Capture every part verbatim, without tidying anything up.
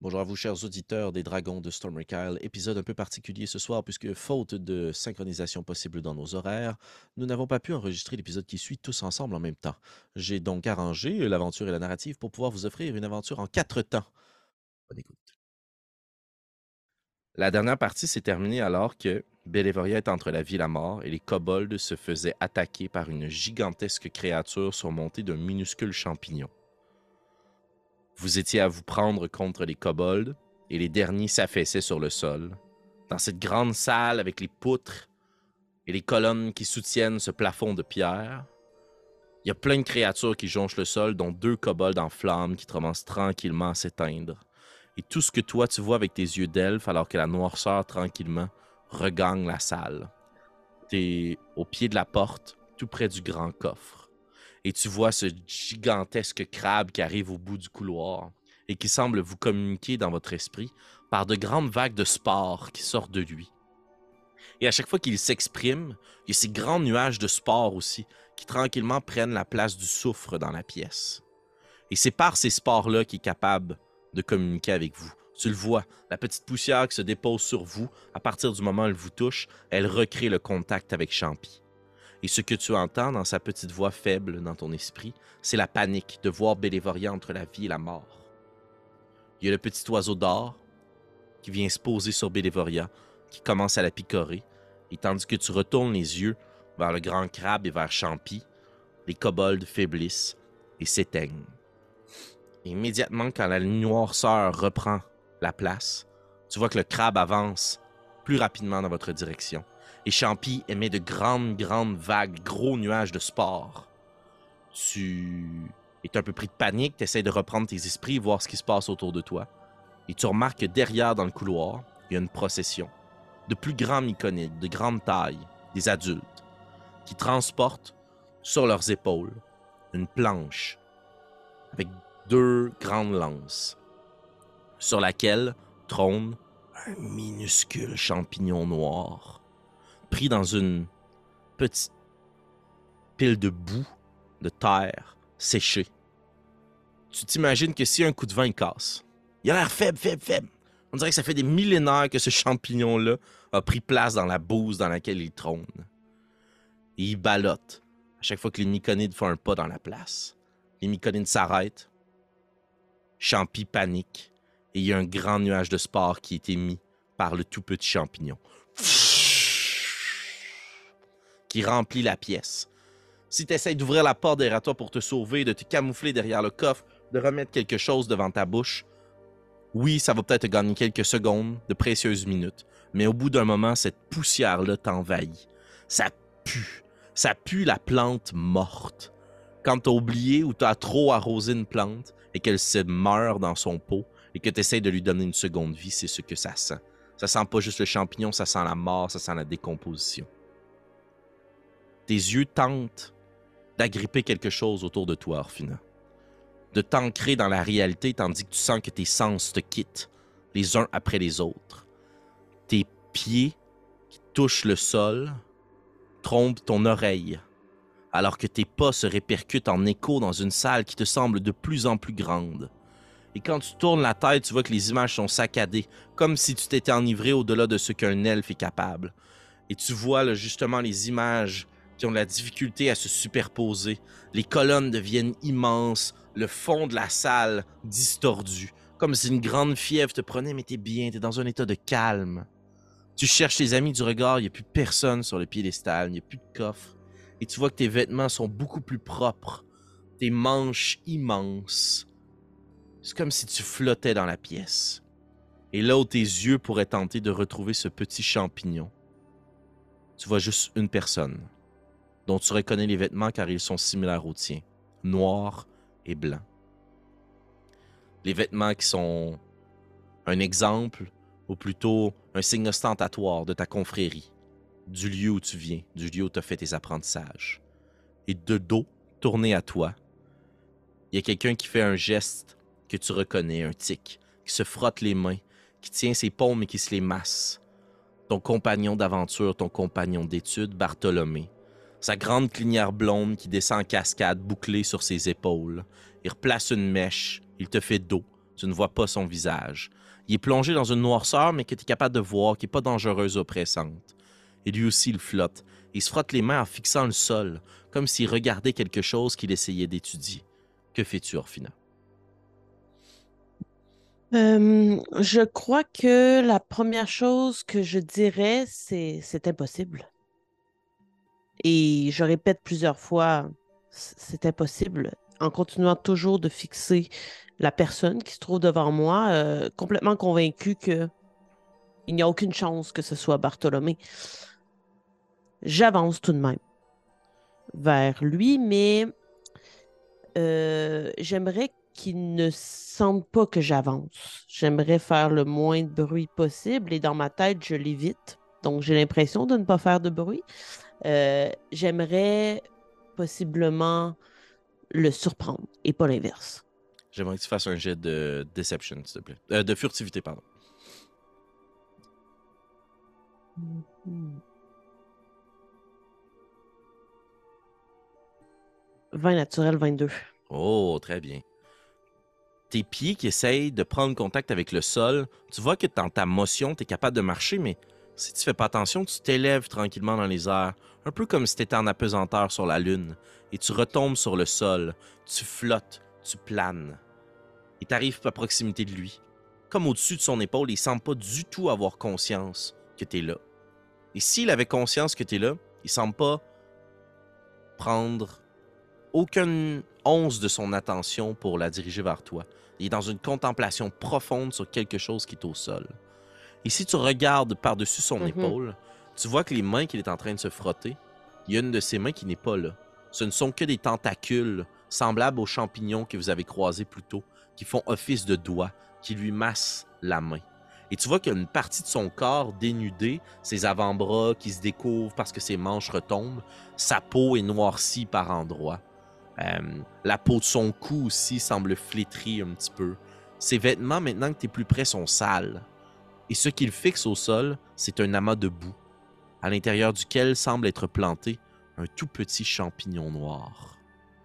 Bonjour à vous, chers auditeurs des Dragons de Stormwind Isle. Épisode un peu particulier ce soir, puisque faute de synchronisation possible dans nos horaires, nous n'avons pas pu enregistrer l'épisode qui suit tous ensemble en même temps. J'ai donc arrangé l'aventure et la narrative pour pouvoir vous offrir une aventure en quatre temps. Bonne écoute. La dernière partie s'est terminée alors que Bélévoria est entre la vie et la mort et les kobolds se faisaient attaquer par une gigantesque créature surmontée d'un minuscule champignon. Vous étiez à vous prendre contre les kobolds, et les derniers s'affaissaient sur le sol. Dans cette grande salle avec les poutres et les colonnes qui soutiennent ce plafond de pierre, il y a plein de créatures qui jonchent le sol, dont deux kobolds en flammes qui commencent tranquillement à s'éteindre. Et tout ce que toi tu vois avec tes yeux d'elfe, alors que la noirceur tranquillement regagne la salle. T'es au pied de la porte, tout près du grand coffre. Et tu vois ce gigantesque crabe qui arrive au bout du couloir et qui semble vous communiquer dans votre esprit par de grandes vagues de spores qui sortent de lui. Et à chaque fois qu'il s'exprime, il y a ces grands nuages de spores aussi qui tranquillement prennent la place du soufre dans la pièce. Et c'est par ces spores-là qu'il est capable de communiquer avec vous. Tu le vois, la petite poussière qui se dépose sur vous, à partir du moment où elle vous touche, elle recrée le contact avec Champy. Et ce que tu entends dans sa petite voix faible dans ton esprit, c'est la panique de voir Bélévoria entre la vie et la mort. Il y a le petit oiseau d'or qui vient se poser sur Bélévoria, qui commence à la picorer, et tandis que tu retournes les yeux vers le grand crabe et vers Champy, les kobolds faiblissent et s'éteignent. Et immédiatement, quand la noirceur reprend la place, tu vois que le crabe avance plus rapidement dans votre direction. Et Champy émet de grandes, grandes vagues, gros nuages de spores. Tu es un peu pris de panique, tu essaies de reprendre tes esprits, voir ce qui se passe autour de toi. Et tu remarques que derrière, dans le couloir, il y a une procession de plus grands myconides, de grande taille, des adultes, qui transportent sur leurs épaules une planche avec deux grandes lances, sur laquelle trône un minuscule champignon noir, pris dans une petite pile de boue, de terre, séchée. Tu t'imagines que si un coup de vent il casse, il a l'air faible, faible, faible. On dirait que ça fait des millénaires que ce champignon-là a pris place dans la bouse dans laquelle il trône. Et il ballotte à chaque fois que les myconides font un pas dans la place. Les myconides s'arrêtent. Champy panique. Et il y a un grand nuage de spores qui est émis par le tout petit champignon, qui remplit la pièce. Si tu essaies d'ouvrir la porte derrière toi pour te sauver, de te camoufler derrière le coffre, de remettre quelque chose devant ta bouche, oui, ça va peut-être te gagner quelques secondes, de précieuses minutes, mais au bout d'un moment, cette poussière-là t'envahit. Ça pue. Ça pue la plante morte. Quand t'as oublié ou t'as trop arrosé une plante et qu'elle se meurt dans son pot et que tu essaies de lui donner une seconde vie, c'est ce que ça sent. Ça sent pas juste le champignon, ça sent la mort, ça sent la décomposition. Tes yeux tentent d'agripper quelque chose autour de toi, Orphina. De t'ancrer dans la réalité tandis que tu sens que tes sens te quittent, les uns après les autres. Tes pieds qui touchent le sol trompent ton oreille, alors que tes pas se répercutent en écho dans une salle qui te semble de plus en plus grande. Et quand tu tournes la tête, tu vois que les images sont saccadées, comme si tu t'étais enivré au-delà de ce qu'un elfe est capable. Et tu vois là, justement les images qui ont de la difficulté à se superposer. Les colonnes deviennent immenses, le fond de la salle distordu, comme si une grande fièvre te prenait, mais t'es bien, t'es dans un état de calme. Tu cherches tes amis du regard, il n'y a plus personne sur le piédestal, il n'y a plus de coffre. Et tu vois que tes vêtements sont beaucoup plus propres, tes manches immenses. C'est comme si tu flottais dans la pièce. Et là où tes yeux pourraient tenter de retrouver ce petit champignon, tu vois juste une personne, dont tu reconnais les vêtements car ils sont similaires aux tiens, noirs et blancs. Les vêtements qui sont un exemple, ou plutôt un signe ostentatoire de ta confrérie, du lieu où tu viens, du lieu où tu as fait tes apprentissages. Et de dos, tourné à toi, il y a quelqu'un qui fait un geste que tu reconnais, un tic, qui se frotte les mains, qui tient ses paumes et qui se les masse. Ton compagnon d'aventure, ton compagnon d'études, Bartholomé. Sa grande crinière blonde qui descend en cascade bouclée sur ses épaules. Il replace une mèche, il te fait dos. Tu ne vois pas son visage. Il est plongé dans une noirceur, mais que tu es capable de voir, qui n'est pas dangereuse ou oppressante. Et lui aussi, il flotte. Il se frotte les mains en fixant le sol, comme s'il regardait quelque chose qu'il essayait d'étudier. Que fais-tu, Orphina? Euh, je crois que la première chose que je dirais, c'est c'est impossible. Et je répète plusieurs fois, c- c'est impossible, en continuant toujours de fixer la personne qui se trouve devant moi, euh, complètement convaincue qu'il n'y a aucune chance que ce soit Bartholomé. J'avance tout de même vers lui, mais euh, j'aimerais qu'il ne sente pas que j'avance. J'aimerais faire le moins de bruit possible et dans ma tête, je l'évite. Donc, j'ai l'impression de ne pas faire de bruit. Euh, j'aimerais possiblement le surprendre et pas l'inverse. J'aimerais que tu fasses un jet de deception, s'il te plaît. Euh, de furtivité, pardon. Mhm. vingt naturel, vingt-deux. Oh, très bien. Tes pieds qui essayent de prendre contact avec le sol, tu vois que dans ta motion, tu es capable de marcher, mais si tu fais pas attention, tu t'élèves tranquillement dans les airs, un peu comme si tu étais en apesanteur sur la lune, et tu retombes sur le sol, tu flottes, tu planes, et tu arrives à proximité de lui. Comme au-dessus de son épaule, il semble pas du tout avoir conscience que tu es là. Et s'il avait conscience que tu es là, il semble pas prendre aucune once de son attention pour la diriger vers toi. Il est dans une contemplation profonde sur quelque chose qui est au sol. Et si tu regardes par-dessus son Mhm. épaule, tu vois que les mains qu'il est en train de se frotter, il y a une de ses mains qui n'est pas là. Ce ne sont que des tentacules semblables aux champignons que vous avez croisés plus tôt, qui font office de doigts, qui lui massent la main. Et tu vois qu'il y a une partie de son corps dénudée, ses avant-bras qui se découvrent parce que ses manches retombent, sa peau est noircie par endroits. Euh, la peau de son cou aussi semble flétrie un petit peu. Ses vêtements, maintenant que tu es plus près, sont sales. Et ce qu'il fixe au sol, c'est un amas de boue, à l'intérieur duquel semble être planté un tout petit champignon noir.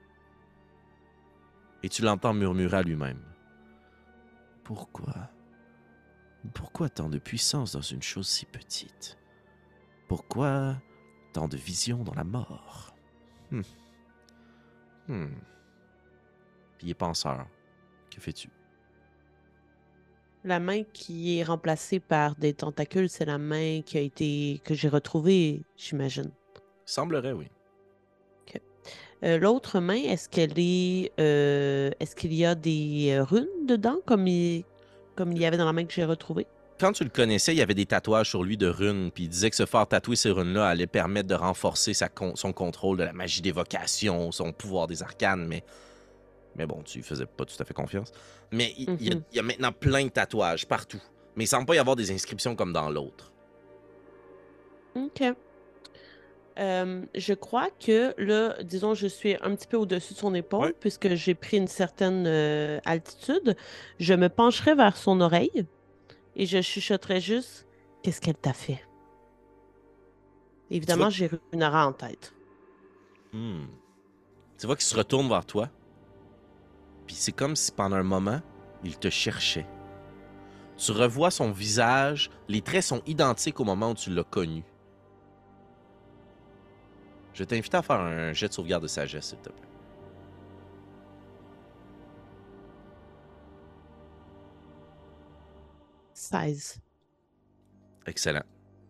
Et tu l'entends murmurer à lui-même. Pourquoi? Pourquoi tant de puissance dans une chose si petite? Pourquoi tant de vision dans la mort? Hmm. Hmm. Puis il est penseur. Que fais-tu? La main qui est remplacée par des tentacules, c'est la main qui a été que j'ai retrouvée, j'imagine. Il semblerait, oui. Ok. Euh, l'autre main, est-ce qu'elle est, euh, est-ce qu'il y a des euh, runes dedans, comme il, comme il y avait dans la main que j'ai retrouvée? Quand tu le connaissais, il y avait des tatouages sur lui de runes, puis il disait que se faire tatouer ces runes-là allait permettre de renforcer sa con- son contrôle de la magie d'évocation, son pouvoir des arcanes, mais, mais bon, tu lui faisais pas tout à fait confiance. Mais il, il y a, Mhm. il y a maintenant plein de tatouages partout, mais il semble pas y avoir des inscriptions comme dans l'autre. OK. Euh, je crois que là, disons, je suis un petit peu au-dessus de son Ouais. épaule, puisque j'ai pris une certaine euh, altitude. Je me pencherai vers son oreille et je chuchoterai juste, qu'est-ce qu'elle t'a fait? Tu vois, Évidemment, j'ai Runara en tête. hmm. Tu vois qu'il se retourne vers toi, puis c'est comme si pendant un moment, il te cherchait. Tu revois son visage, les traits sont identiques au moment où tu l'as connu. Je t'invite à faire un jet de sauvegarde de sagesse, s'il te plaît. seize. Excellent.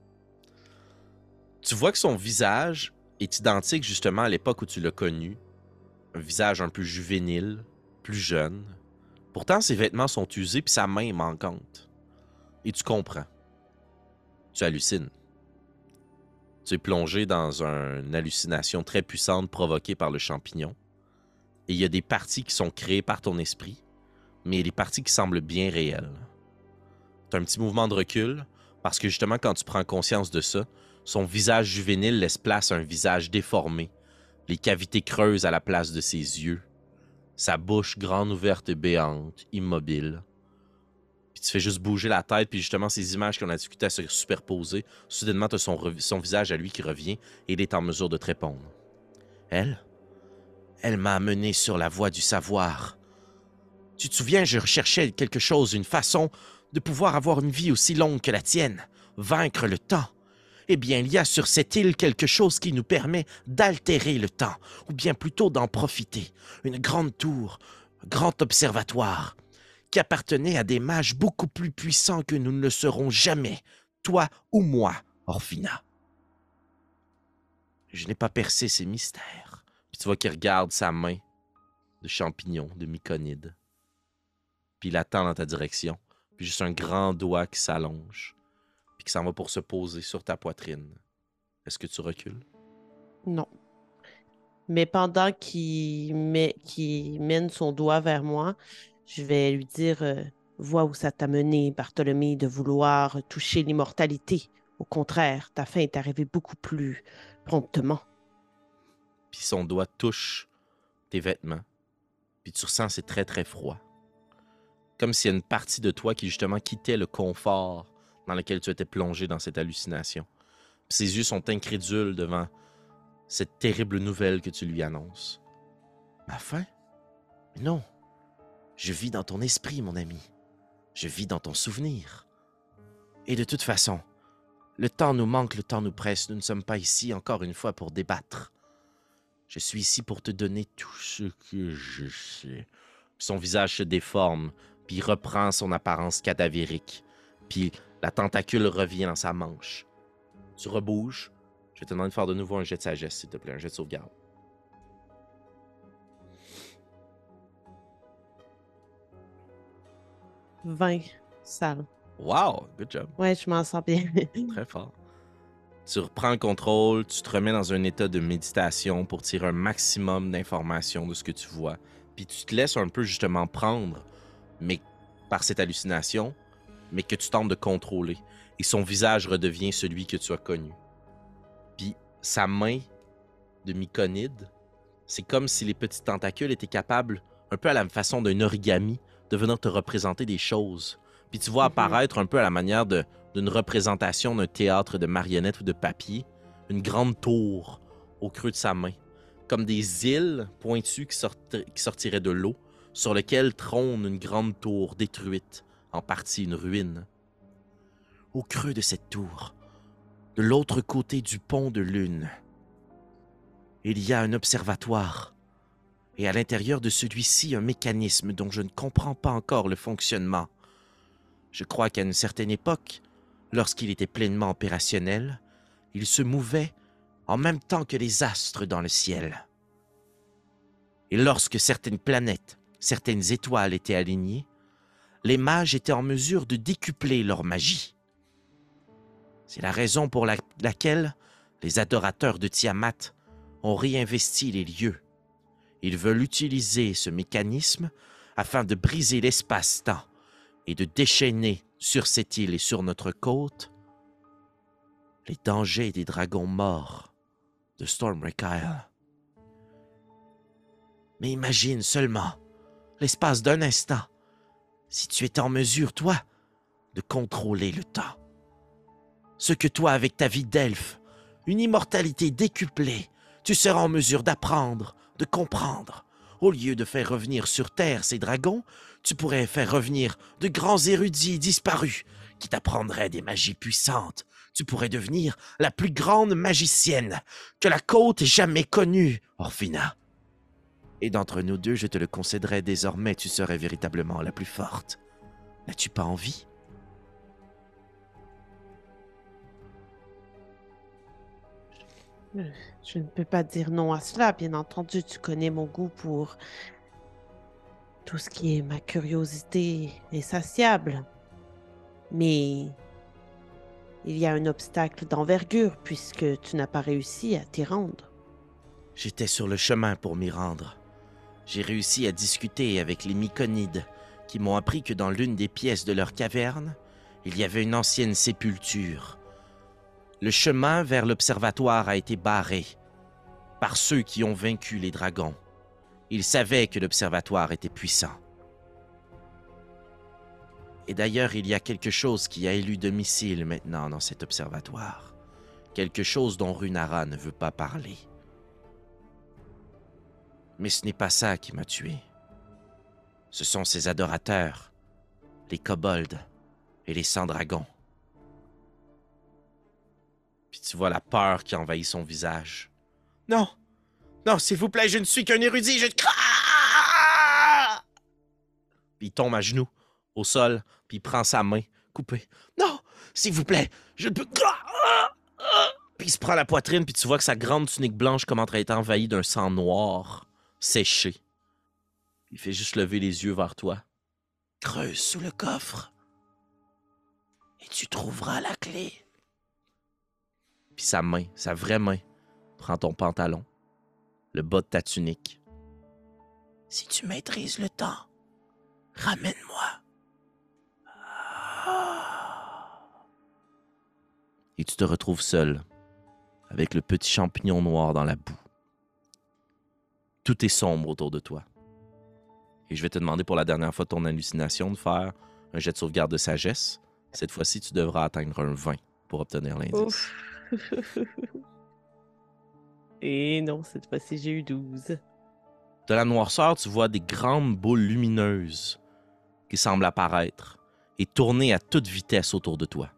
Tu vois que son visage est identique justement à l'époque où tu l'as connu. Un visage un peu juvénile, plus jeune. Pourtant, ses vêtements sont usés puis sa main est manquante. Et tu comprends. Tu hallucines. Tu es plongé dans une hallucination très puissante provoquée par le champignon. Et il y a des parties qui sont créées par ton esprit, mais il y a des parties qui semblent bien réelles. Tu as un petit mouvement de recul, parce que justement, quand tu prends conscience de ça, son visage juvénile laisse place à un visage déformé, les cavités creuses à la place de ses yeux, sa bouche grande ouverte et béante, immobile. Puis tu fais juste bouger la tête, puis justement, ces images qu'on a discuté à se superposer, soudainement, tu as son, son visage à lui qui revient, et il est en mesure de te répondre. Elle? Elle m'a amené sur la voie du savoir. Tu te souviens, je recherchais quelque chose, une façon de pouvoir avoir une vie aussi longue que la tienne, vaincre le temps. Eh bien, il y a sur cette île quelque chose qui nous permet d'altérer le temps, ou bien plutôt d'en profiter. Une grande tour, un grand observatoire, qui appartenait à des mages beaucoup plus puissants que nous ne le serons jamais, toi ou moi, Orphina. Je n'ai pas percé ces mystères. Puis tu vois qu'il regarde sa main de champignon, de myconide. Puis il attend dans ta direction. Puis juste un grand doigt qui s'allonge. Puis qui s'en va pour se poser sur ta poitrine. Est-ce que tu recules? Non. Mais pendant qu'il met, qu'il mène son doigt vers moi, je vais lui dire euh, vois où ça t'a mené, Bartholomew, de vouloir toucher l'immortalité. Au contraire, ta fin est arrivée beaucoup plus promptement. Puis son doigt touche tes vêtements. Puis tu ressens c'est très très froid. Comme s'il y a une partie de toi qui justement quittait le confort dans lequel tu étais plongé dans cette hallucination. Puis ses yeux sont incrédules devant cette terrible nouvelle que tu lui annonces. Ma fin? Non. Je vis dans ton esprit, mon ami. Je vis dans ton souvenir. Et de toute façon, le temps nous manque, le temps nous presse. Nous ne sommes pas ici, encore une fois, pour débattre. Je suis ici pour te donner tout ce que je sais. Son visage se déforme, puis il reprend son apparence cadavérique. Puis la tentacule revient dans sa manche. Tu rebouges. Je vais te demander de faire de nouveau un jet de sagesse, s'il te plaît, un jet de sauvegarde. vingt, sale. Wow, good job. Ouais, je m'en sens bien. Très fort. Tu reprends le contrôle, tu te remets dans un état de méditation pour tirer un maximum d'informations de ce que tu vois. Puis tu te laisses un peu justement prendre, mais par cette hallucination, mais que tu tentes de contrôler. Et son visage redevient celui que tu as connu. Puis sa main de myconide, c'est comme si les petits tentacules étaient capables, un peu à la façon d'un origami, de venir te représenter des choses. Puis tu vois apparaître un peu à la manière de, d'une représentation d'un théâtre de marionnettes ou de papier, une grande tour au creux de sa main, comme des îles pointues qui, sorti- qui sortiraient de l'eau, sur lesquelles trône une grande tour détruite, en partie une ruine. Au creux de cette tour, de l'autre côté du pont de lune, il y a un observatoire, et à l'intérieur de celui-ci, un mécanisme dont je ne comprends pas encore le fonctionnement. Je crois qu'à une certaine époque, lorsqu'il était pleinement opérationnel, il se mouvait en même temps que les astres dans le ciel. Et lorsque certaines planètes, certaines étoiles étaient alignées, les mages étaient en mesure de décupler leur magie. C'est la raison pour la- laquelle les adorateurs de Tiamat ont réinvesti les lieux. Ils veulent utiliser ce mécanisme afin de briser l'espace-temps et de déchaîner sur cette île et sur notre côte les dangers des dragons morts de Stormbreak Isle. Mais imagine seulement, l'espace d'un instant, si tu étais en mesure, toi, de contrôler le temps. Ce que toi, avec ta vie d'elfe, une immortalité décuplée, tu seras en mesure d'apprendre, de comprendre. Au lieu de faire revenir sur Terre ces dragons, tu pourrais faire revenir de grands érudits disparus qui t'apprendraient des magies puissantes. Tu pourrais devenir la plus grande magicienne que la côte ait jamais connue, Orphina. Et d'entre nous deux, je te le concéderais désormais, tu serais véritablement la plus forte. N'as-tu pas envie? Je ne peux pas dire non à cela, bien entendu. Tu connais mon goût pour tout ce qui est ma curiosité insatiable. Mais il y a un obstacle d'envergure puisque tu n'as pas réussi à t'y rendre. J'étais sur le chemin pour m'y rendre. J'ai réussi à discuter avec les myconides qui m'ont appris que dans l'une des pièces de leur caverne, il y avait une ancienne sépulture. Le chemin vers l'observatoire a été barré par ceux qui ont vaincu les dragons. Ils savaient que l'observatoire était puissant. Et d'ailleurs, il y a quelque chose qui a élu domicile maintenant dans cet observatoire. Quelque chose dont Runara ne veut pas parler. Mais ce n'est pas ça qui m'a tué. Ce sont ses adorateurs, les kobolds et les sans-dragons. Puis tu vois la peur qui envahit son visage. Non! Non, s'il vous plaît, je ne suis qu'un érudit, je... Puis il tombe à genoux, au sol, puis il prend sa main, coupée. Non! S'il vous plaît, je ne peux... Puis il se prend la poitrine, puis tu vois que sa grande tunique blanche commence à être envahie d'un sang noir, séché. Il fait juste lever les yeux vers toi. Creuse sous le coffre. Et tu trouveras la clé. Puis sa main, sa vraie main, prend ton pantalon, le bas de ta tunique. Si tu maîtrises le temps, ramène-moi. Et tu te retrouves seul, avec le petit champignon noir dans la boue. Tout est sombre autour de toi. Et je vais te demander pour la dernière fois de ton hallucination de faire un jet de sauvegarde de sagesse. Cette fois-ci, tu devras atteindre un vingt pour obtenir l'indice. Et non, cette fois-ci, j'ai eu douze. De la noirceur, tu vois des grandes boules lumineuses qui semblent apparaître et tourner à toute vitesse autour de toi.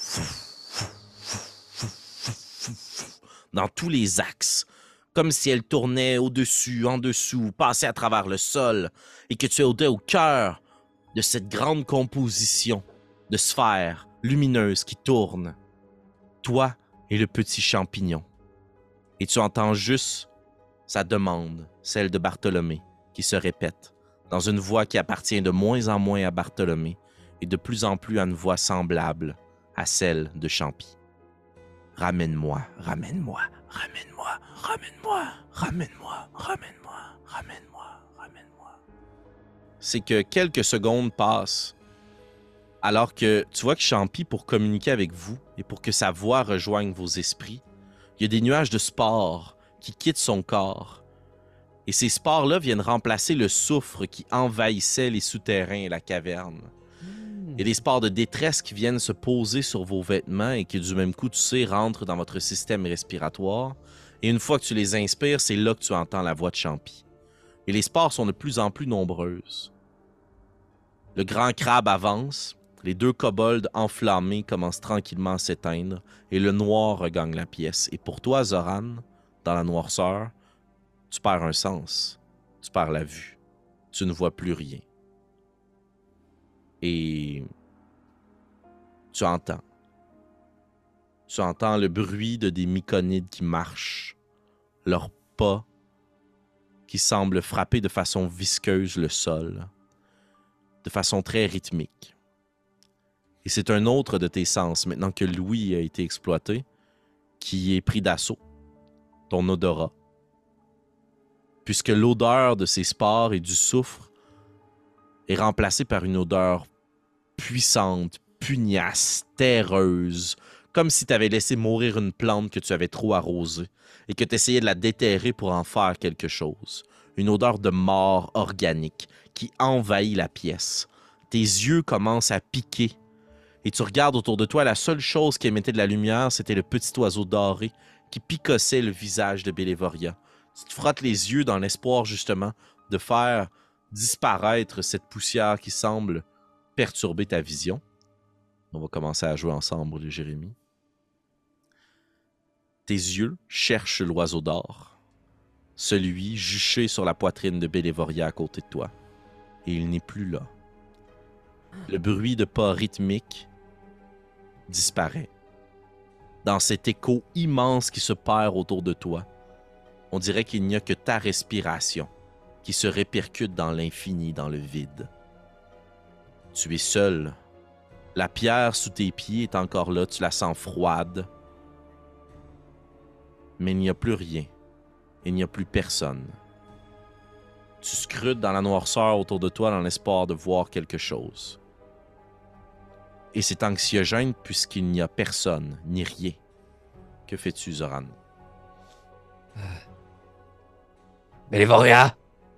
Dans tous les axes, comme si elles tournaient au-dessus, en dessous, passaient à travers le sol, et que tu es au cœur de cette grande composition de sphères lumineuses qui tournent. Toi et le petit champignon. Et tu entends juste sa demande, celle de Bartholomé, qui se répète, dans une voix qui appartient de moins en moins à Bartholomé et de plus en plus à une voix semblable à celle de Champy. Ramène-moi, ramène-moi, ramène-moi, ramène-moi, ramène-moi, ramène-moi, ramène-moi, ramène-moi. C'est que quelques secondes passent, alors que tu vois que Champy, pour communiquer avec vous et pour que sa voix rejoigne vos esprits, il y a des nuages de spores qui quittent son corps. Et ces spores-là viennent remplacer le soufre qui envahissait les souterrains et la caverne. Il y a des spores de détresse qui viennent se poser sur vos vêtements et qui, du même coup, tu sais, rentrent dans votre système respiratoire. Et une fois que tu les inspires, c'est là que tu entends la voix de Champy. Et les spores sont de plus en plus nombreuses. Le grand crabe avance, les deux kobolds enflammés commencent tranquillement à s'éteindre et le noir regagne la pièce. Et pour toi, Zoran, dans la noirceur, tu perds un sens, tu perds la vue, tu ne vois plus rien. Et tu entends. Tu entends le bruit de des myconides qui marchent, leurs pas qui semblent frapper de façon visqueuse le sol, de façon très rythmique. Et c'est un autre de tes sens, maintenant que l'ouïe a été exploité, qui est pris d'assaut, ton odorat. Puisque l'odeur de ces spores et du soufre est remplacée par une odeur puissante, pugnace, terreuse, comme si tu avais laissé mourir une plante que tu avais trop arrosée et que tu essayais de la déterrer pour en faire quelque chose. Une odeur de mort organique qui envahit la pièce. Tes yeux commencent à piquer et tu regardes autour de toi, la seule chose qui émettait de la lumière, c'était le petit oiseau doré qui picossait le visage de Bélévoria. Tu te frottes les yeux dans l'espoir, justement, de faire disparaître cette poussière qui semble perturber ta vision. On va commencer à jouer ensemble, Jérémy. Tes yeux cherchent l'oiseau d'or, celui juché sur la poitrine de Bélévoria à côté de toi. Et il n'est plus là. Le bruit de pas rythmique disparaît. Dans cet écho immense qui se perd autour de toi, on dirait qu'il n'y a que ta respiration qui se répercute dans l'infini, dans le vide. Tu es seul. La pierre sous tes pieds est encore là, tu la sens froide. Mais il n'y a plus rien. Il n'y a plus personne. Tu scrutes dans la noirceur autour de toi dans l'espoir de voir quelque chose. Et c'est anxiogène puisqu'il n'y a personne, ni rien. Que fais-tu, Zoran? Euh... Bélévoria!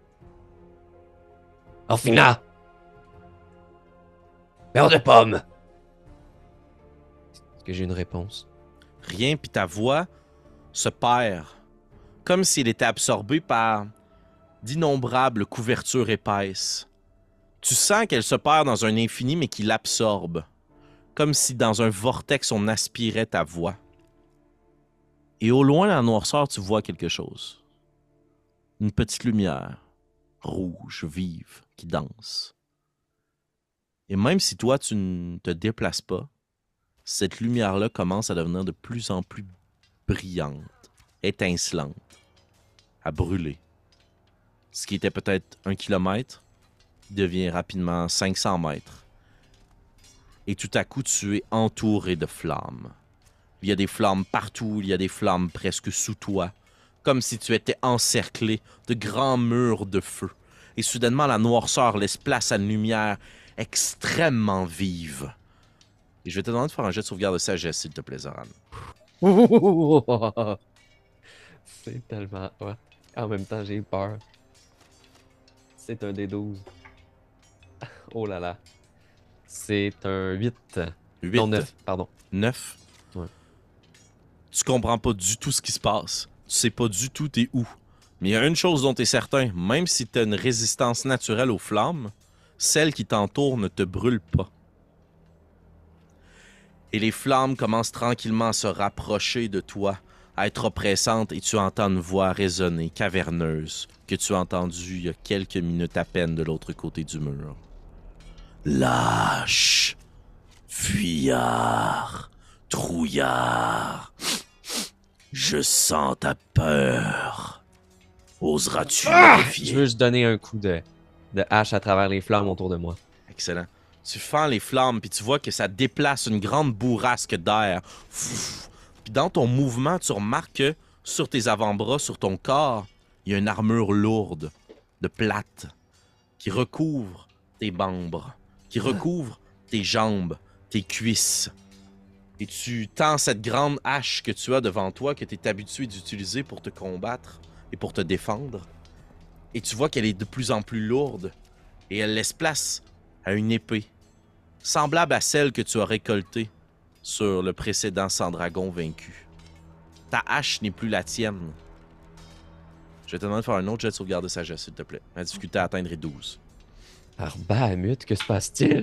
Orphina! Mère de pomme! Est-ce que j'ai une réponse? Rien, puis ta voix se perd, comme s'il était absorbé par d'innombrables couvertures épaisses. Tu sens qu'elle se perd dans un infini, mais qui l'absorbe. Comme si dans un vortex, on aspirait ta voix. Et au loin, dans la noirceur, tu vois quelque chose. Une petite lumière, rouge, vive, qui danse. Et même si toi, tu ne te déplaces pas, cette lumière-là commence à devenir de plus en plus brillante, étincelante, à brûler. Ce qui était peut-être un kilomètre devient rapidement cinq cents mètres. Et tout à coup, tu es entouré de flammes. Il y a des flammes partout, il y a des flammes presque sous toi, comme si tu étais encerclé de grands murs de feu. Et soudainement, la noirceur laisse place à une lumière extrêmement vive. Et je vais te demander de faire un jet de sauvegarde de sagesse, s'il te plaît, Zoran. C'est tellement hot. En même temps, j'ai peur. C'est un D douze. Oh là là. C'est un huit. huit. Non, neuf, pardon. neuf. Ouais. Tu comprends pas du tout ce qui se passe. Tu sais pas du tout t'es où. Mais il y a une chose dont tu es certain, même si tu as une résistance naturelle aux flammes, celle qui t'entoure ne te brûle pas. Et les flammes commencent tranquillement à se rapprocher de toi, à être oppressantes, et tu entends une voix résonner, caverneuse, que tu as entendue il y a quelques minutes à peine de l'autre côté du mur. Lâche, fuyard, trouillard, je sens ta peur. Oseras-tu Ah! me Je défier? veux juste donner un coup de, de hache à travers les flammes autour de moi. Excellent. Tu fends les flammes, puis tu vois que ça déplace une grande bourrasque d'air. Puis dans ton mouvement, tu remarques que sur tes avant-bras, sur ton corps, il y a une armure lourde, de plate, qui recouvre tes membres, qui recouvre tes jambes, tes cuisses. Et tu tends cette grande hache que tu as devant toi, que tu es habitué d'utiliser pour te combattre et pour te défendre. Et tu vois qu'elle est de plus en plus lourde, et elle laisse place à une épée, semblable à celle que tu as récoltée sur le précédent Sandragon vaincu. Ta hache n'est plus la tienne. Je vais te demander de faire un autre jet de sauvegarde de sagesse, s'il te plaît. La difficulté à atteindre est douze. Arbahamut, que se passe-t-il?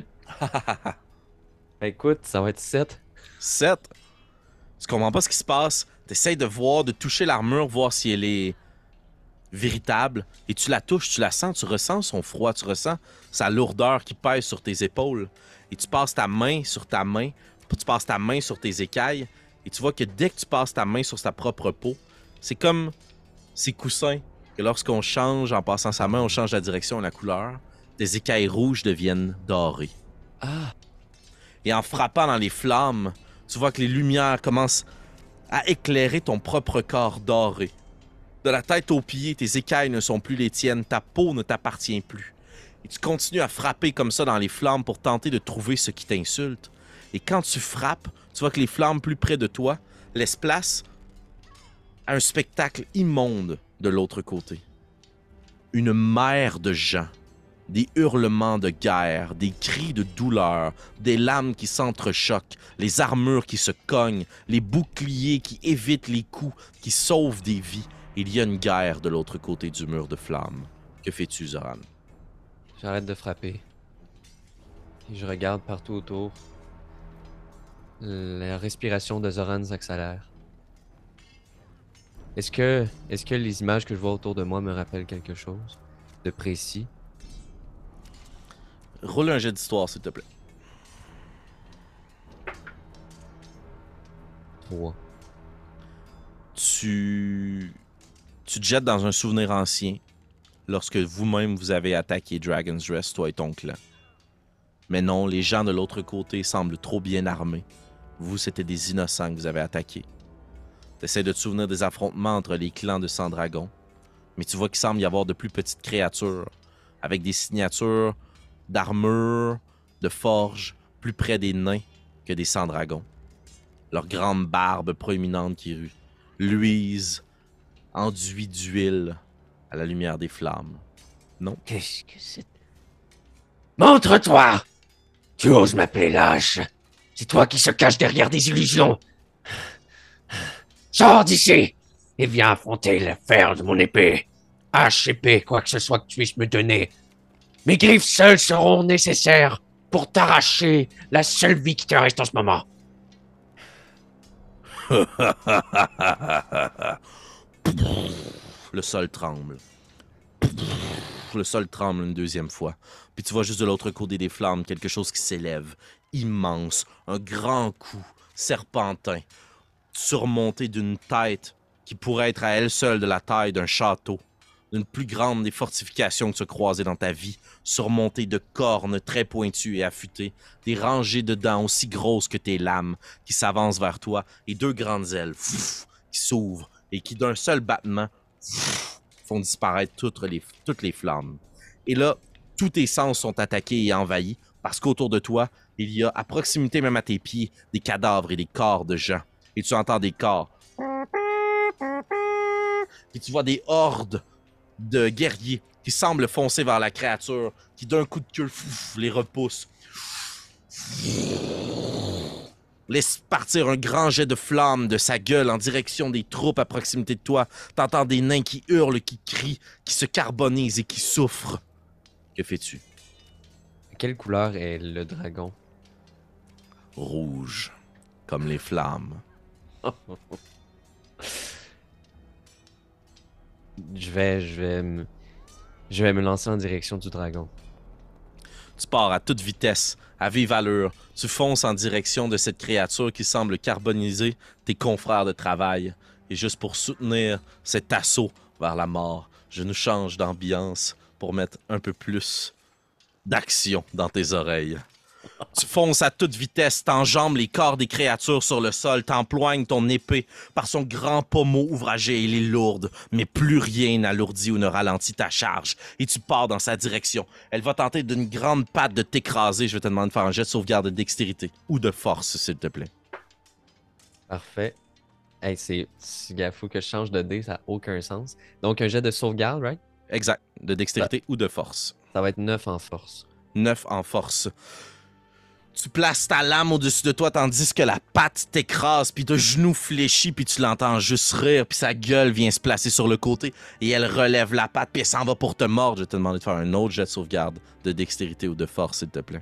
Écoute, ça va être sept. sept. Tu comprends pas ce qui se passe. Tu essaies de voir, de toucher l'armure, voir si elle est véritable. Et tu la touches, tu la sens, tu ressens son froid, tu ressens sa lourdeur qui pèse sur tes épaules. Et tu passes ta main sur ta main, tu passes ta main sur tes écailles. Et tu vois que dès que tu passes ta main sur sa propre peau, c'est comme ces coussins que lorsqu'on change, en passant sa main, on change la direction et la couleur. Tes écailles rouges deviennent dorées. Ah! Et en frappant dans les flammes, tu vois que les lumières commencent à éclairer ton propre corps doré. De la tête aux pieds, tes écailles ne sont plus les tiennes, ta peau ne t'appartient plus. Et tu continues à frapper comme ça dans les flammes pour tenter de trouver ce qui t'insulte. Et quand tu frappes, tu vois que les flammes plus près de toi laissent place à un spectacle immonde de l'autre côté. Une mer de gens. Des hurlements de guerre, des cris de douleur, des lames qui s'entrechoquent, les armures qui se cognent, les boucliers qui évitent les coups, qui sauvent des vies. Il y a une guerre de l'autre côté du mur de flammes. Que fais-tu, Zoran? J'arrête de frapper. Et je regarde partout autour. La respiration de Zoran s'accélère. Est-ce que, est-ce que les images que je vois autour de moi me rappellent quelque chose de précis? Roule un jet d'histoire, s'il te plaît. trois. Tu... Tu te jettes dans un souvenir ancien lorsque vous-même vous avez attaqué Dragon's Rest, toi et ton clan. Mais non, les gens de l'autre côté semblent trop bien armés. Vous, c'était des innocents que vous avez attaqués. T'essaies de te souvenir des affrontements entre les clans de Sandragon, mais tu vois qu'il semble y avoir de plus petites créatures, avec des signatures d'armure, de forge, plus près des nains que des Sandragons. Leurs grandes barbes proéminentes qui luisent, enduits d'huile à la lumière des flammes. Non? Qu'est-ce que c'est? Montre-toi! Tu oses m'appeler lâche? C'est toi qui se cache derrière des illusions! Sors d'ici! Et viens affronter le fer de mon épée! Hache, épée, quoi que ce soit que tu puisses me donner! Mes griffes seules seront nécessaires pour t'arracher la seule vie qui te reste en ce moment. Le sol tremble. Le sol tremble une deuxième fois. Puis tu vois juste de l'autre côté des flammes quelque chose qui s'élève, immense, un grand coup, serpentin, surmonté d'une tête qui pourrait être à elle seule de la taille d'un château, d'une plus grande des fortifications que tu as croisées dans ta vie, surmontée de cornes très pointues et affûtées, des rangées de dents aussi grosses que tes lames qui s'avancent vers toi, et deux grandes ailes pff, qui s'ouvrent et qui d'un seul battement pff, font disparaître toutes les, toutes les flammes. Et là, tous tes sens sont attaqués et envahis parce qu'autour de toi, il y a, à proximité même à tes pieds, des cadavres et des corps de gens. Et tu entends des corps. Et tu vois des hordes de guerriers qui semblent foncer vers la créature, qui d'un coup de queue pff, les repousse. Laisse partir un grand jet de flammes de sa gueule en direction des troupes à proximité de toi. T'entends des nains qui hurlent, qui crient, qui se carbonisent et qui souffrent. Que fais-tu? Quelle couleur est le dragon? Rouge, comme les flammes. Je vais, je vais me, je vais me lancer en direction du dragon. Tu pars à toute vitesse, à vive allure. Tu fonces en direction de cette créature qui semble carboniser tes confrères de travail. Et juste pour soutenir cet assaut vers la mort, je nous change d'ambiance pour mettre un peu plus d'action dans tes oreilles. Tu fonces à toute vitesse, t'enjambes les corps des créatures sur le sol, t'emploignes ton épée par son grand pommeau ouvragé. Il est lourde, mais plus rien n'alourdit ou ne ralentit ta charge. Et tu pars dans sa direction. Elle va tenter d'une grande patte de t'écraser. Je vais te demander de faire un jet de sauvegarde de dextérité ou de force, s'il te plaît. Parfait. Hey, c'est. Il faut que je change de dé, ça n'a aucun sens. Donc, un jet de sauvegarde, right? Exact. De dextérité ou de force. Ça va être neuf en force. neuf en force. Tu places ta lame au-dessus de toi tandis que la patte t'écrase, puis de genoux fléchis, puis tu l'entends juste rire, puis sa gueule vient se placer sur le côté, et elle relève la patte, puis elle s'en va pour te mordre. Je vais te demander de faire un autre jet de sauvegarde de dextérité ou de force, s'il te plaît.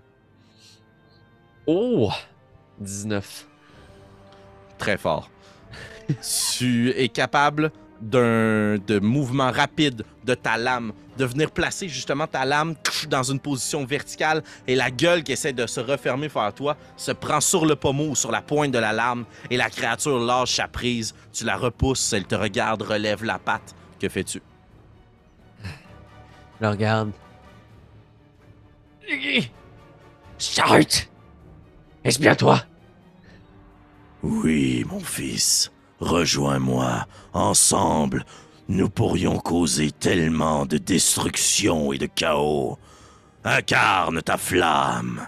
Oh! dix-neuf. Très fort. Tu es capable d'un de mouvement rapide de ta lame, de venir placer justement ta lame dans une position verticale et la gueule qui essaie de se refermer vers toi se prend sur le pommeau ou sur la pointe de la lame et la créature lâche sa prise. Tu la repousses, elle te regarde, relève la patte. Que fais-tu? Je le regarde. Charut! Est-ce bien toi? Oui, mon fils. Rejoins-moi. Ensemble, nous pourrions causer tellement de destruction et de chaos. Incarne ta flamme.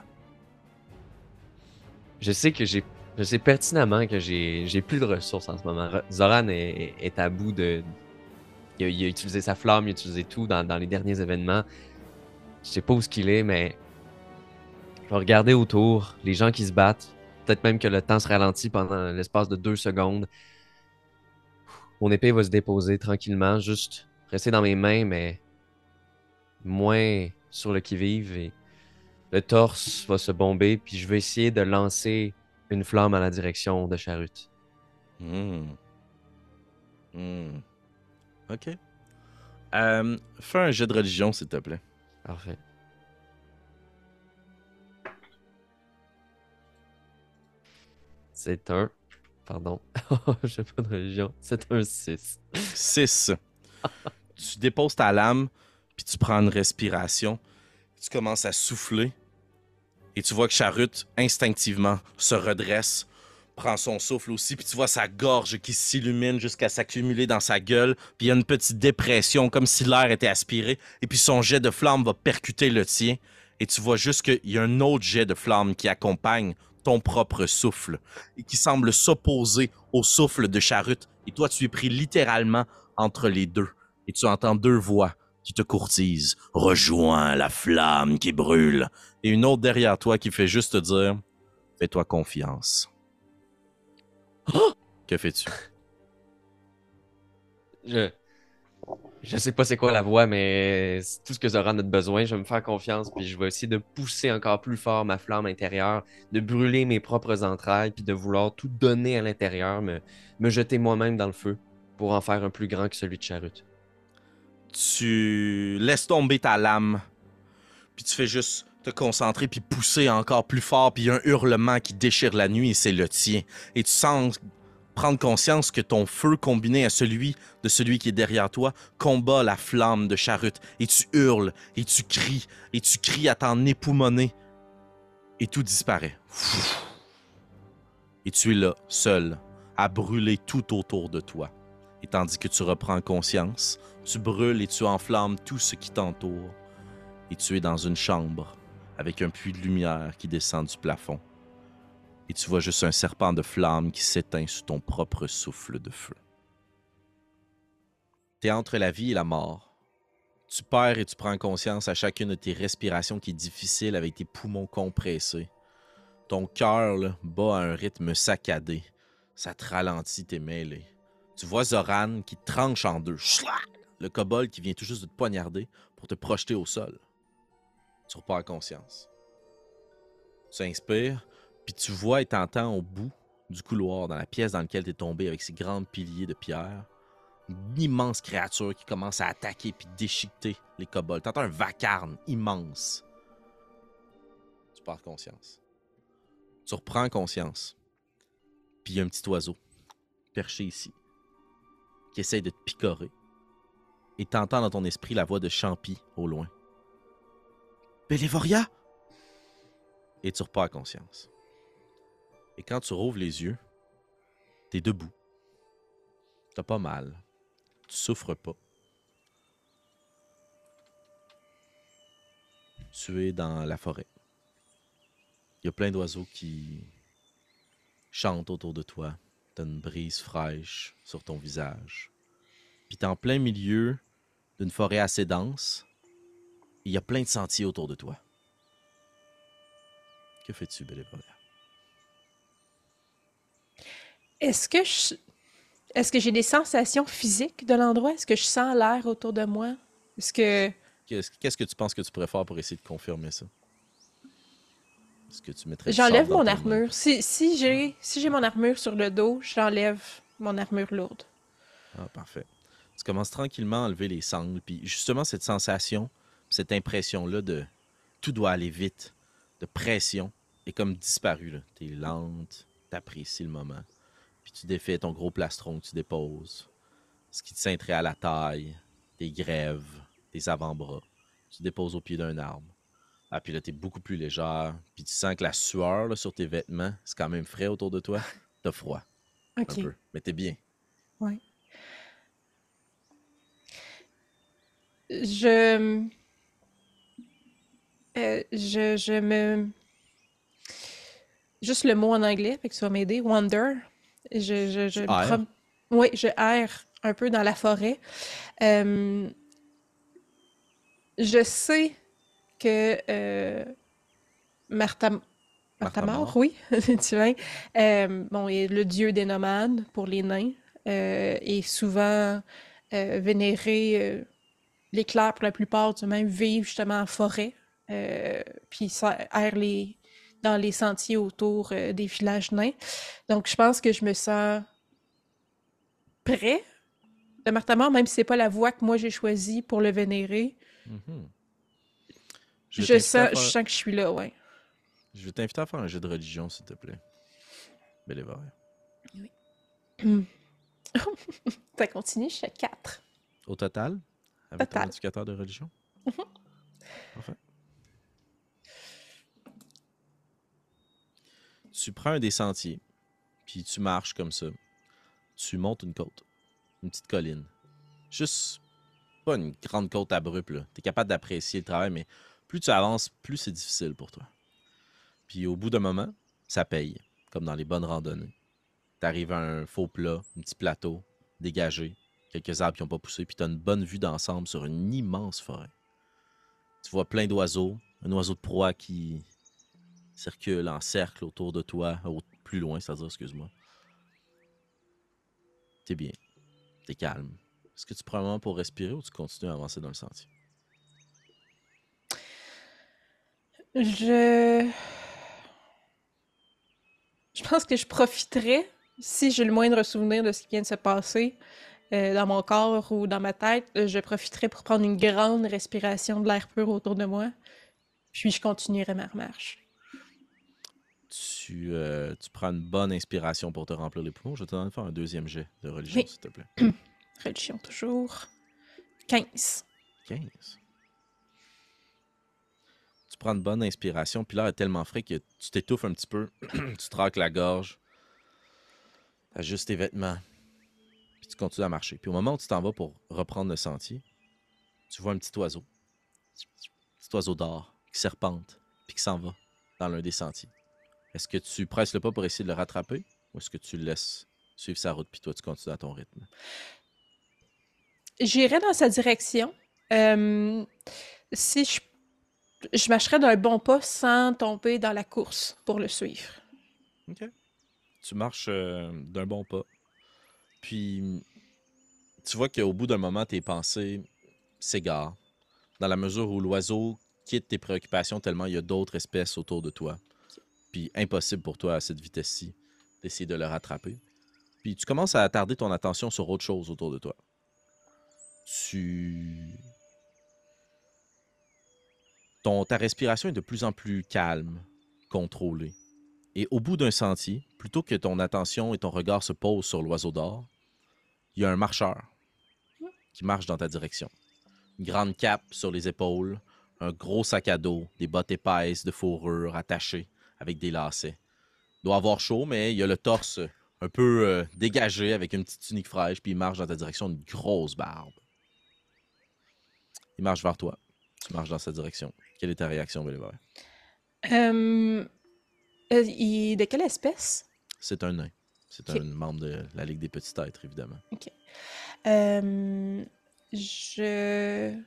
Je sais que j'ai. Je sais pertinemment que j'ai j'ai plus de ressources en ce moment. Zoran est, est à bout de. Il a, il a utilisé sa flamme, il a utilisé tout dans, dans les derniers événements. Je sais pas où ce qu'il est, mais. Je vais regarder autour, les gens qui se battent. Peut-être même que le temps se ralentit pendant l'espace de deux secondes. Mon épée va se déposer tranquillement, juste rester dans mes mains, mais moins sur le qui-vive. Et le torse va se bomber, puis je vais essayer de lancer une flamme à la direction de Charut. Hmm. Hmm. OK. Euh, fais un jet de religion, s'il te plaît. Parfait. C'est un... Pardon. J'ai pas de religion. C'est un six. six. Tu déposes ta lame, puis tu prends une respiration. Tu commences à souffler. Et tu vois que Charut, instinctivement, se redresse, prend son souffle aussi, puis tu vois sa gorge qui s'illumine jusqu'à s'accumuler dans sa gueule, puis il y a une petite dépression, comme si l'air était aspiré, et puis son jet de flamme va percuter le tien, et tu vois juste qu'il y a un autre jet de flamme qui accompagne ton propre souffle, et qui semble s'opposer au souffle de Charut, et toi tu es pris littéralement entre les deux, et tu entends deux voix qui te courtisent. « Rejoins la flamme qui brûle », et une autre derrière toi qui fait juste te dire « Fais-toi confiance ». Que fais-tu? Je... Je sais pas c'est quoi la voie, mais c'est tout ce que Zoran a de besoin. Je vais me faire confiance, puis je vais essayer de pousser encore plus fort ma flamme intérieure, de brûler mes propres entrailles, puis de vouloir tout donner à l'intérieur, me, me jeter moi-même dans le feu pour en faire un plus grand que celui de Charut. Tu laisses tomber ta lame, puis tu fais juste te concentrer, puis pousser encore plus fort, puis il y a un hurlement qui déchire la nuit, et c'est le tien. Et tu sens prendre conscience que ton feu combiné à celui de celui qui est derrière toi combat la flamme de Charut. Et tu hurles, et tu cries, et tu cries à t'en époumoner, et tout disparaît. Et tu es là, seul, à brûler tout autour de toi. Et tandis que tu reprends conscience, tu brûles et tu enflammes tout ce qui t'entoure. Et tu es dans une chambre avec un puits de lumière qui descend du plafond. Et tu vois juste un serpent de flamme qui s'éteint sous ton propre souffle de feu. T'es entre la vie et la mort. Tu perds et tu prends conscience à chacune de tes respirations qui est difficile avec tes poumons compressés. Ton cœur là, bat à un rythme saccadé. Ça te ralentit, t'es mêlé. Tu vois Zoran qui te tranche en deux. Schlac! Le kobold qui vient tout juste de te poignarder pour te projeter au sol. Tu repars conscience. Tu inspires, puis tu vois et t'entends au bout du couloir, dans la pièce dans laquelle t'es tombé avec ces grands piliers de pierre, une immense créature qui commence à attaquer puis déchiqueter les kobolds. T'entends un vacarme immense. Tu perds conscience. Tu reprends conscience. Puis il y a un petit oiseau perché ici qui essaye de te picorer. Et t'entends dans ton esprit la voix de Champi au loin. Bélévoria! Et tu repars conscience. Et quand tu rouvres les yeux, t'es debout. T'as pas mal. Tu souffres pas. Tu es dans la forêt. Il y a plein d'oiseaux qui chantent autour de toi. T'as une brise fraîche sur ton visage. Puis t'es en plein milieu d'une forêt assez dense. Et il y a plein de sentiers autour de toi. Que fais-tu, Bélévoria? Est-ce que je... Est-ce que j'ai des sensations physiques de l'endroit? Est-ce que je sens l'air autour de moi? Est-ce que... Qu'est-ce, qu'est-ce que tu penses que tu pourrais faire pour essayer de confirmer ça? Est-ce que tu mettrais du J'enlève sable dans mon tes armure. Si, si j'ai si j'ai mon armure sur le dos, j'enlève mon armure lourde. mains? Ah, parfait. Tu commences tranquillement à enlever les sangles, puis justement cette sensation, cette impression-là de tout doit aller vite, de pression, est comme disparue, là. T'es lente, t'apprécies le moment, puis tu défais ton gros plastron que tu déposes, ce qui te cintrait à la taille, tes grèves, tes avant-bras. Tu déposes au pied d'un arbre. Ah, puis là, t'es beaucoup plus légère, puis tu sens que la sueur là, sur tes vêtements, c'est quand même frais autour de toi. T'as froid, OK. un peu, mais t'es bien. Ouais. Je... euh, je... Je me... Juste le mot en anglais, fait que ça va m'aider. Wander. Je, je, je Tu me erres? prom- Oui, je erre un peu dans la forêt. Euh, Je sais que euh, Martha... Martha Martha-Mort, Mort? oui, tu vois. Euh, bon, est le dieu des nomades pour les nains euh, et souvent euh, vénéré. Euh, les clercs, pour la plupart du même, vivent justement en forêt. Euh, puis ça errent les, dans les sentiers autour euh, des villages nains. Donc, je pense que je me sens près de Martha-Mort, même si c'est pas la voie que moi j'ai choisie pour le vénérer. Mhm. Je vais Je t'inviter à sens, je faire... sens que je suis là, ouais. Je vais t'inviter à faire un jeu de religion, s'il te plaît. Bélévoria. Ça continue, je suis à quatre. Au total, avec ton Total. modificateur de religion? Mhm. Parfait. Tu prends un des sentiers, puis tu marches comme ça. Tu montes une côte, une petite colline. Juste pas une grande côte abrupte, là. T'es capable d'apprécier le travail, mais plus tu avances, plus c'est difficile pour toi. Puis au bout d'un moment, ça paye, comme dans les bonnes randonnées. T'arrives à un faux plat, un petit plateau, dégagé, quelques arbres qui n'ont pas poussé, puis t'as une bonne vue d'ensemble sur une immense forêt. Tu vois plein d'oiseaux, un oiseau de proie qui circule en cercle autour de toi, au plus loin, c'est-à-dire, excuse-moi. T'es bien, t'es calme. Est-ce que tu prends un moment pour respirer ou tu continues à avancer dans le sentier? Je... Je pense que je profiterais, si j'ai le moindre souvenir de ce qui vient de se passer euh, dans mon corps ou dans ma tête, euh, je profiterais pour prendre une grande respiration de l'air pur autour de moi, puis je continuerai ma marche. Tu, euh, tu prends une bonne inspiration pour te remplir les poumons. Je vais te demander de faire un deuxième jet de religion, Oui. s'il te plaît. Religion toujours. quinze. quinze. Tu prends une bonne inspiration, puis l'air est tellement frais que tu t'étouffes un petit peu, tu te raques la gorge, ajustes tes vêtements, puis tu continues à marcher. Puis au moment où tu t'en vas pour reprendre le sentier, tu vois un petit oiseau, un petit oiseau d'or qui serpente, puis qui s'en va dans l'un des sentiers. Est-ce que tu presses le pas pour essayer de le rattraper, ou est-ce que tu le laisses suivre sa route, puis toi, tu continues à ton rythme? J'irai dans sa direction. Euh, si je, je marcherais d'un bon pas sans tomber dans la course pour le suivre. OK. Tu marches euh, d'un bon pas. Puis, tu vois qu'au bout d'un moment, tes pensées s'égarent, dans la mesure où l'oiseau quitte tes préoccupations tellement il y a d'autres espèces autour de toi. Puis, impossible pour toi, à cette vitesse-ci, d'essayer de le rattraper. Puis, tu commences à attarder ton attention sur autre chose autour de toi. Tu... Ton, ta respiration est de plus en plus calme, contrôlée. Et au bout d'un sentier, plutôt que ton attention et ton regard se posent sur l'oiseau d'or, il y a un marcheur qui marche dans ta direction. Une grande cape sur les épaules, un gros sac à dos, des bottes épaisses de fourrure attachées avec des lacets. Il doit avoir chaud, mais il a le torse un peu euh, dégagé avec une petite tunique fraîche, puis il marche dans ta direction, une grosse barbe. Il marche vers toi. Tu marches dans sa direction. Quelle est ta réaction, Bélévaire? Euh, euh, il- de quelle espèce? C'est un nain. C'est Ok. un membre de la Ligue des Petits Êtres, évidemment. Ok. Euh, je...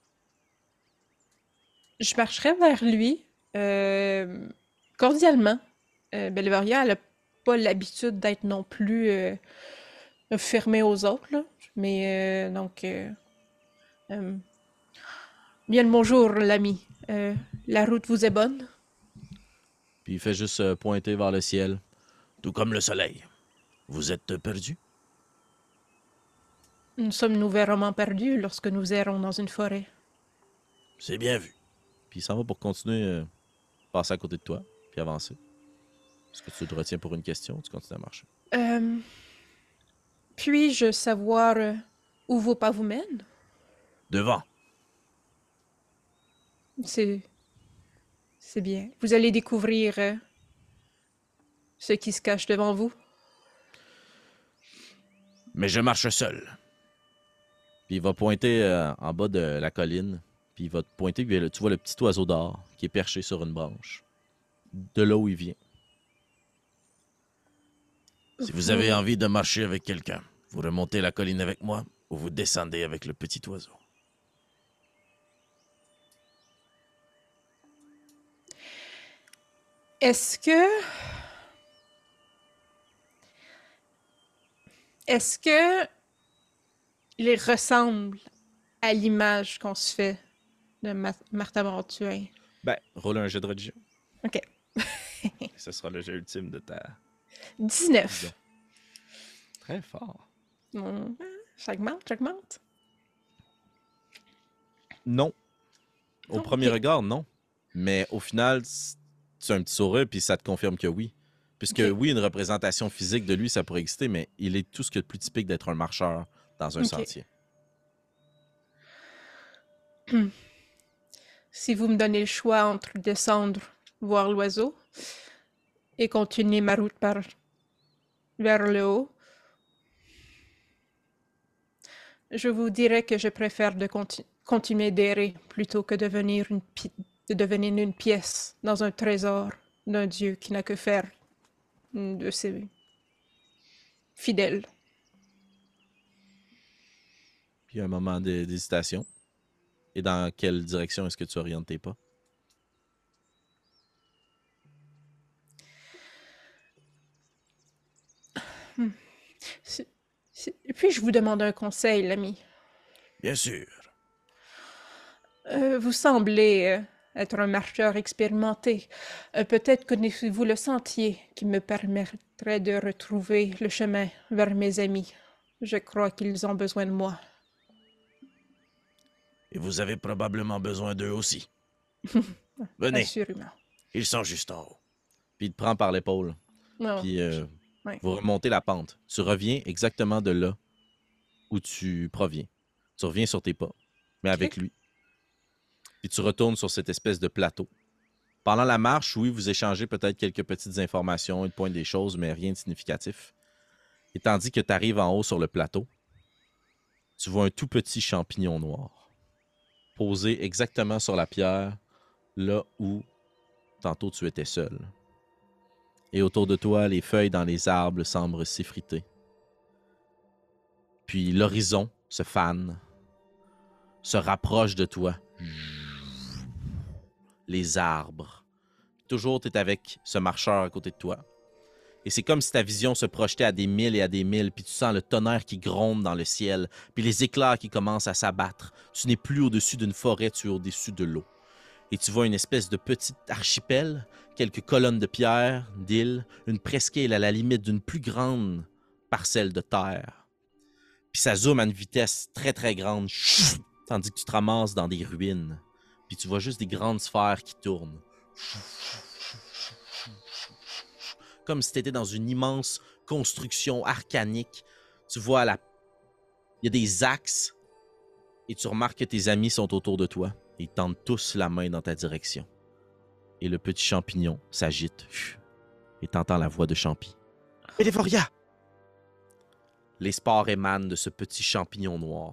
Je marcherais vers lui euh, cordialement. Euh, Bellevaria, elle n'a pas l'habitude d'être non plus euh, fermée aux autres, là. Mais euh, donc... euh, euh, bien le bonjour, l'ami. Euh, la route vous est bonne? Puis il fait juste euh, pointer vers le ciel. Tout comme le soleil. Vous êtes perdu? Nous sommes-nous vraiment perdus lorsque nous errons dans une forêt? C'est bien vu. Puis il s'en va pour continuer euh, passer à côté de toi, puis avancer. Est-ce que tu te retiens pour une question ou tu continues à marcher? Euh, puis-je savoir euh, où vos pas vous mènent? Devant. C'est... C'est bien. Vous allez découvrir euh, ce qui se cache devant vous. Mais je marche seul. Puis il va pointer euh, en bas de la colline. Puis il va te pointer, puis tu vois le petit oiseau d'or qui est perché sur une branche. De là où il vient. Si vous avez envie de marcher avec quelqu'un, vous remontez la colline avec moi ou vous descendez avec le petit oiseau. Est-ce que... Est-ce que il ressemble à l'image qu'on se fait de Ma- Martha Mortuin? Ben, roule un jet de religion. OK. Ce sera le jet ultime de ta... dix-neuf. Très fort. Mmh. J'augmente, j'augmente. Non. Au Non, premier ok. regard, non. Mais au final, c- tu as un petit sourire, puis ça te confirme que oui. Puisque Ok. oui, une représentation physique de lui, ça pourrait exister, mais il est tout ce qu'il y a de plus typique d'être un marcheur dans un Ok. sentier. Si vous me donnez le choix entre descendre, voir l'oiseau, et continuer ma route par vers le haut, je vous dirais que je préfère de conti- continuer d'errer plutôt que de devenir une, pi- de devenir une pièce dans un trésor d'un dieu qui n'a que faire de ses fidèles. Puis un moment d'hé- d'hésitation. Et dans quelle direction est-ce que tu orientes tes pas? Si, Si- Puis-je vous demander un conseil, l'ami? Bien sûr. Euh, vous semblez euh, être un marcheur expérimenté. Euh, peut-être connaissez-vous le sentier qui me permettrait de retrouver le chemin vers mes amis. Je crois qu'ils ont besoin de moi. Et vous avez probablement besoin d'eux aussi. Venez, Assurément. ils sont juste en haut. Puis il te prend par l'épaule. Non. Puis euh, Ouais. vous remontez la pente. Tu reviens exactement de là où tu proviens. Tu reviens sur tes pas, mais avec lui. Puis tu retournes sur cette espèce de plateau. Pendant la marche, oui, vous échangez peut-être quelques petites informations, il te pointe des choses, mais rien de significatif. Et tandis que tu arrives en haut sur le plateau, tu vois un tout petit champignon noir posé exactement sur la pierre, là où tantôt tu étais seul. Et autour de toi, les feuilles dans les arbres semblent s'effriter. Puis l'horizon se fane, se rapproche de toi. Les arbres. Toujours, tu es avec ce marcheur à côté de toi. Et c'est comme si ta vision se projetait à des milles et à des milles, puis tu sens le tonnerre qui gronde dans le ciel, puis les éclairs qui commencent à s'abattre. Tu n'es plus au-dessus d'une forêt, tu es au-dessus de l'eau. Et tu vois une espèce de petit archipel, quelques colonnes de pierre, d'îles, une presqu'île à la limite d'une plus grande parcelle de terre. Puis ça zoome à une vitesse très très grande, tandis que tu te ramasses dans des ruines. Puis tu vois juste des grandes sphères qui tournent. Comme si tu étais dans une immense construction arcanique. Tu vois, la... il y a des axes et tu remarques que tes amis sont autour de toi. Ils tendent tous la main dans ta direction. Et le petit champignon s'agite et t'entends la voix de Champi. « Bélévoria! » Les spores émanent de ce petit champignon noir.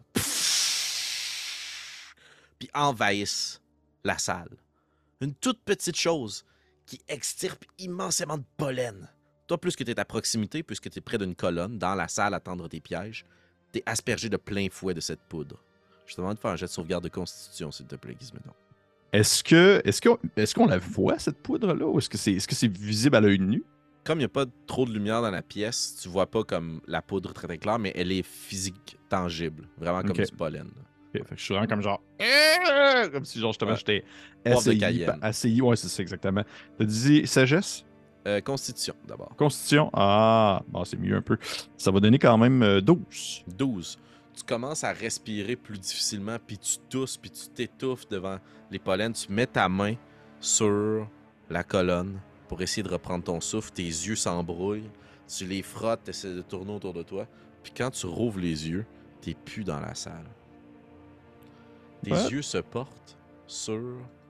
Puis envahissent la salle. Une toute petite chose qui extirpe immensément de pollen. Toi, plus que tu es à proximité, puisque tu es près d'une colonne, dans la salle à tendre tes pièges, tu es aspergé de plein fouet de cette poudre. Je te demande de faire un jet de sauvegarde de constitution, s'il te plaît, Gizmédon. Est-ce que est-ce qu'on est-ce qu'on la voit, cette poudre-là, ou est-ce que c'est est-ce que c'est visible à l'œil nu? Comme il n'y a pas trop de lumière dans la pièce, tu vois pas comme la poudre très très claire, mais elle est physique, tangible. Vraiment comme Ok. du pollen. Ok, fait que je suis vraiment comme genre... Euh, Comme si genre justement Ouais. j'étais Poivre de assailli, Cayenne. pa- assailli. Ouais, c'est ça, exactement. T'as dit sagesse? Euh, constitution, d'abord. Constitution? Ah, bon, c'est mieux un peu. Ça va donner quand même euh, douze. douze. Tu commences à respirer plus difficilement, puis tu tousses, puis tu t'étouffes devant les pollens. Tu mets ta main sur la colonne pour essayer de reprendre ton souffle. Tes yeux s'embrouillent. Tu les frottes, tu essaies de tourner autour de toi. Puis quand tu rouvres les yeux, t'es plus dans la salle. Tes What? yeux se portent sur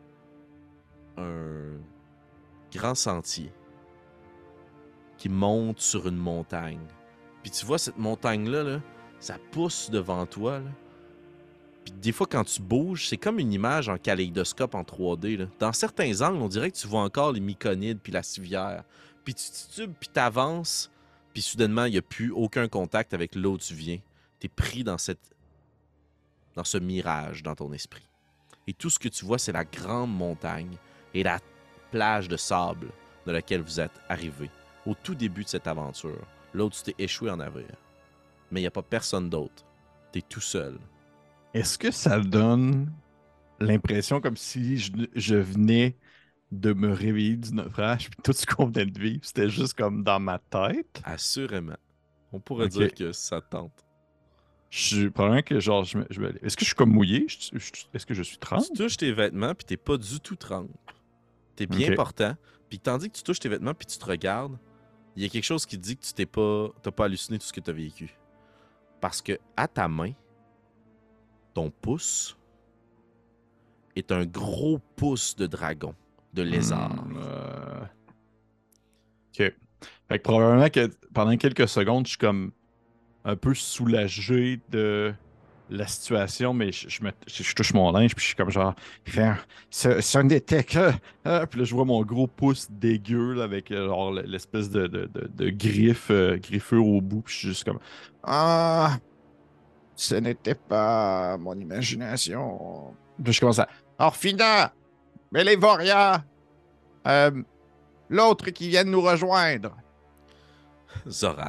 un grand sentier qui monte sur une montagne. Puis tu vois cette montagne-là, là, ça pousse devant toi. Là. Puis des fois, quand tu bouges, c'est comme une image en kaléidoscope en trois D. Là. Dans certains angles, on dirait que tu vois encore les myconides puis la civière. Puis tu titubes, puis t'avances, puis soudainement, il n'y a plus aucun contact avec là où tu viens. T'es pris dans cette... dans ce mirage dans ton esprit. Et tout ce que tu vois, c'est la grande montagne et la plage de sable de laquelle vous êtes arrivé au tout début de cette aventure, là où tu t'es échoué en navire. Mais il n'y a pas personne d'autre. T'es tout seul. Est-ce que ça donne l'impression comme si je, je venais de me réveiller du naufrage, puis tout ce qu'on venait de vivre, c'était juste comme dans ma tête? Assurément. On pourrait Ok. dire que ça te tente. Je suis probablement que genre, je me, je me- est-ce que je suis comme mouillé? Je- je- est-ce que je suis trempe? Tu touches tes vêtements, puis t'es pas du tout trempe. T'es bien Ok. portant. Puis tandis que tu touches tes vêtements, puis tu te regardes, il y a quelque chose qui dit que tu t'es pas, t'as pas halluciné tout ce que t'as vécu. Parce que à ta main, ton pouce est un gros pouce de dragon, de lézard. Hmm, euh, Ok. Fait que probablement que pendant quelques secondes, je suis comme un peu soulagé de la situation, mais je, je, me- je- je touche mon linge, puis je suis comme genre, il fait un- ce, ce n'était que. Ah, puis là, je vois mon gros pouce dégueu, là, avec euh, genre l'espèce de, de, de, de griffe, euh, griffure au bout, puis je suis juste comme, ah, ce n'était pas mon imagination. Puis je commence à, Orfina, Bélévoria, euh, l'autre qui vient de nous rejoindre. Zoran.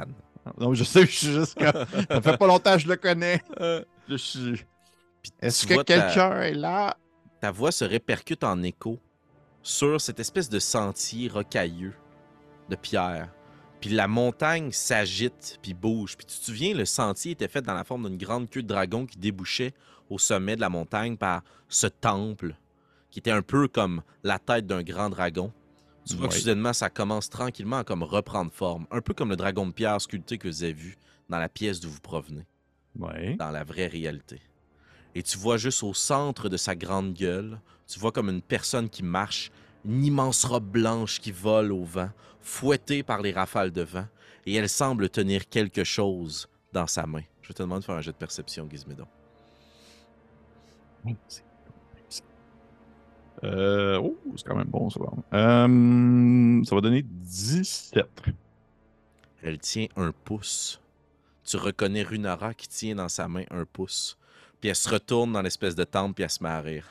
Non, je sais, je suis juste comme... Ça fait pas longtemps que je le connais. Euh, Je suis... puis Est-ce tu que vois ta- quelqu'un est là? ta voix se répercute en écho sur cette espèce de sentier rocailleux de pierre. Puis la montagne s'agite puis bouge. Puis tu te souviens, le sentier était fait dans la forme d'une grande queue de dragon qui débouchait au sommet de la montagne par ce temple qui était un peu comme la tête d'un grand dragon. Tu vois que Ouais. soudainement, ça commence tranquillement à comme reprendre forme. Un peu comme le dragon de pierre sculpté que vous avez vu dans la pièce d'où vous provenez, Ouais. dans la vraie réalité. Et tu vois juste au centre de sa grande gueule, tu vois comme une personne qui marche, une immense robe blanche qui vole au vent, fouettée par les rafales de vent, et elle semble tenir quelque chose dans sa main. Je vais te demander de faire un jet de perception, Gizmédon. Euh, oh, c'est quand même bon, ça. Euh, ça va donner dix-sept. Elle tient un pouce. Tu reconnais Runara qui tient dans sa main un pouce. Puis elle se retourne dans l'espèce de temple, puis elle se met à rire.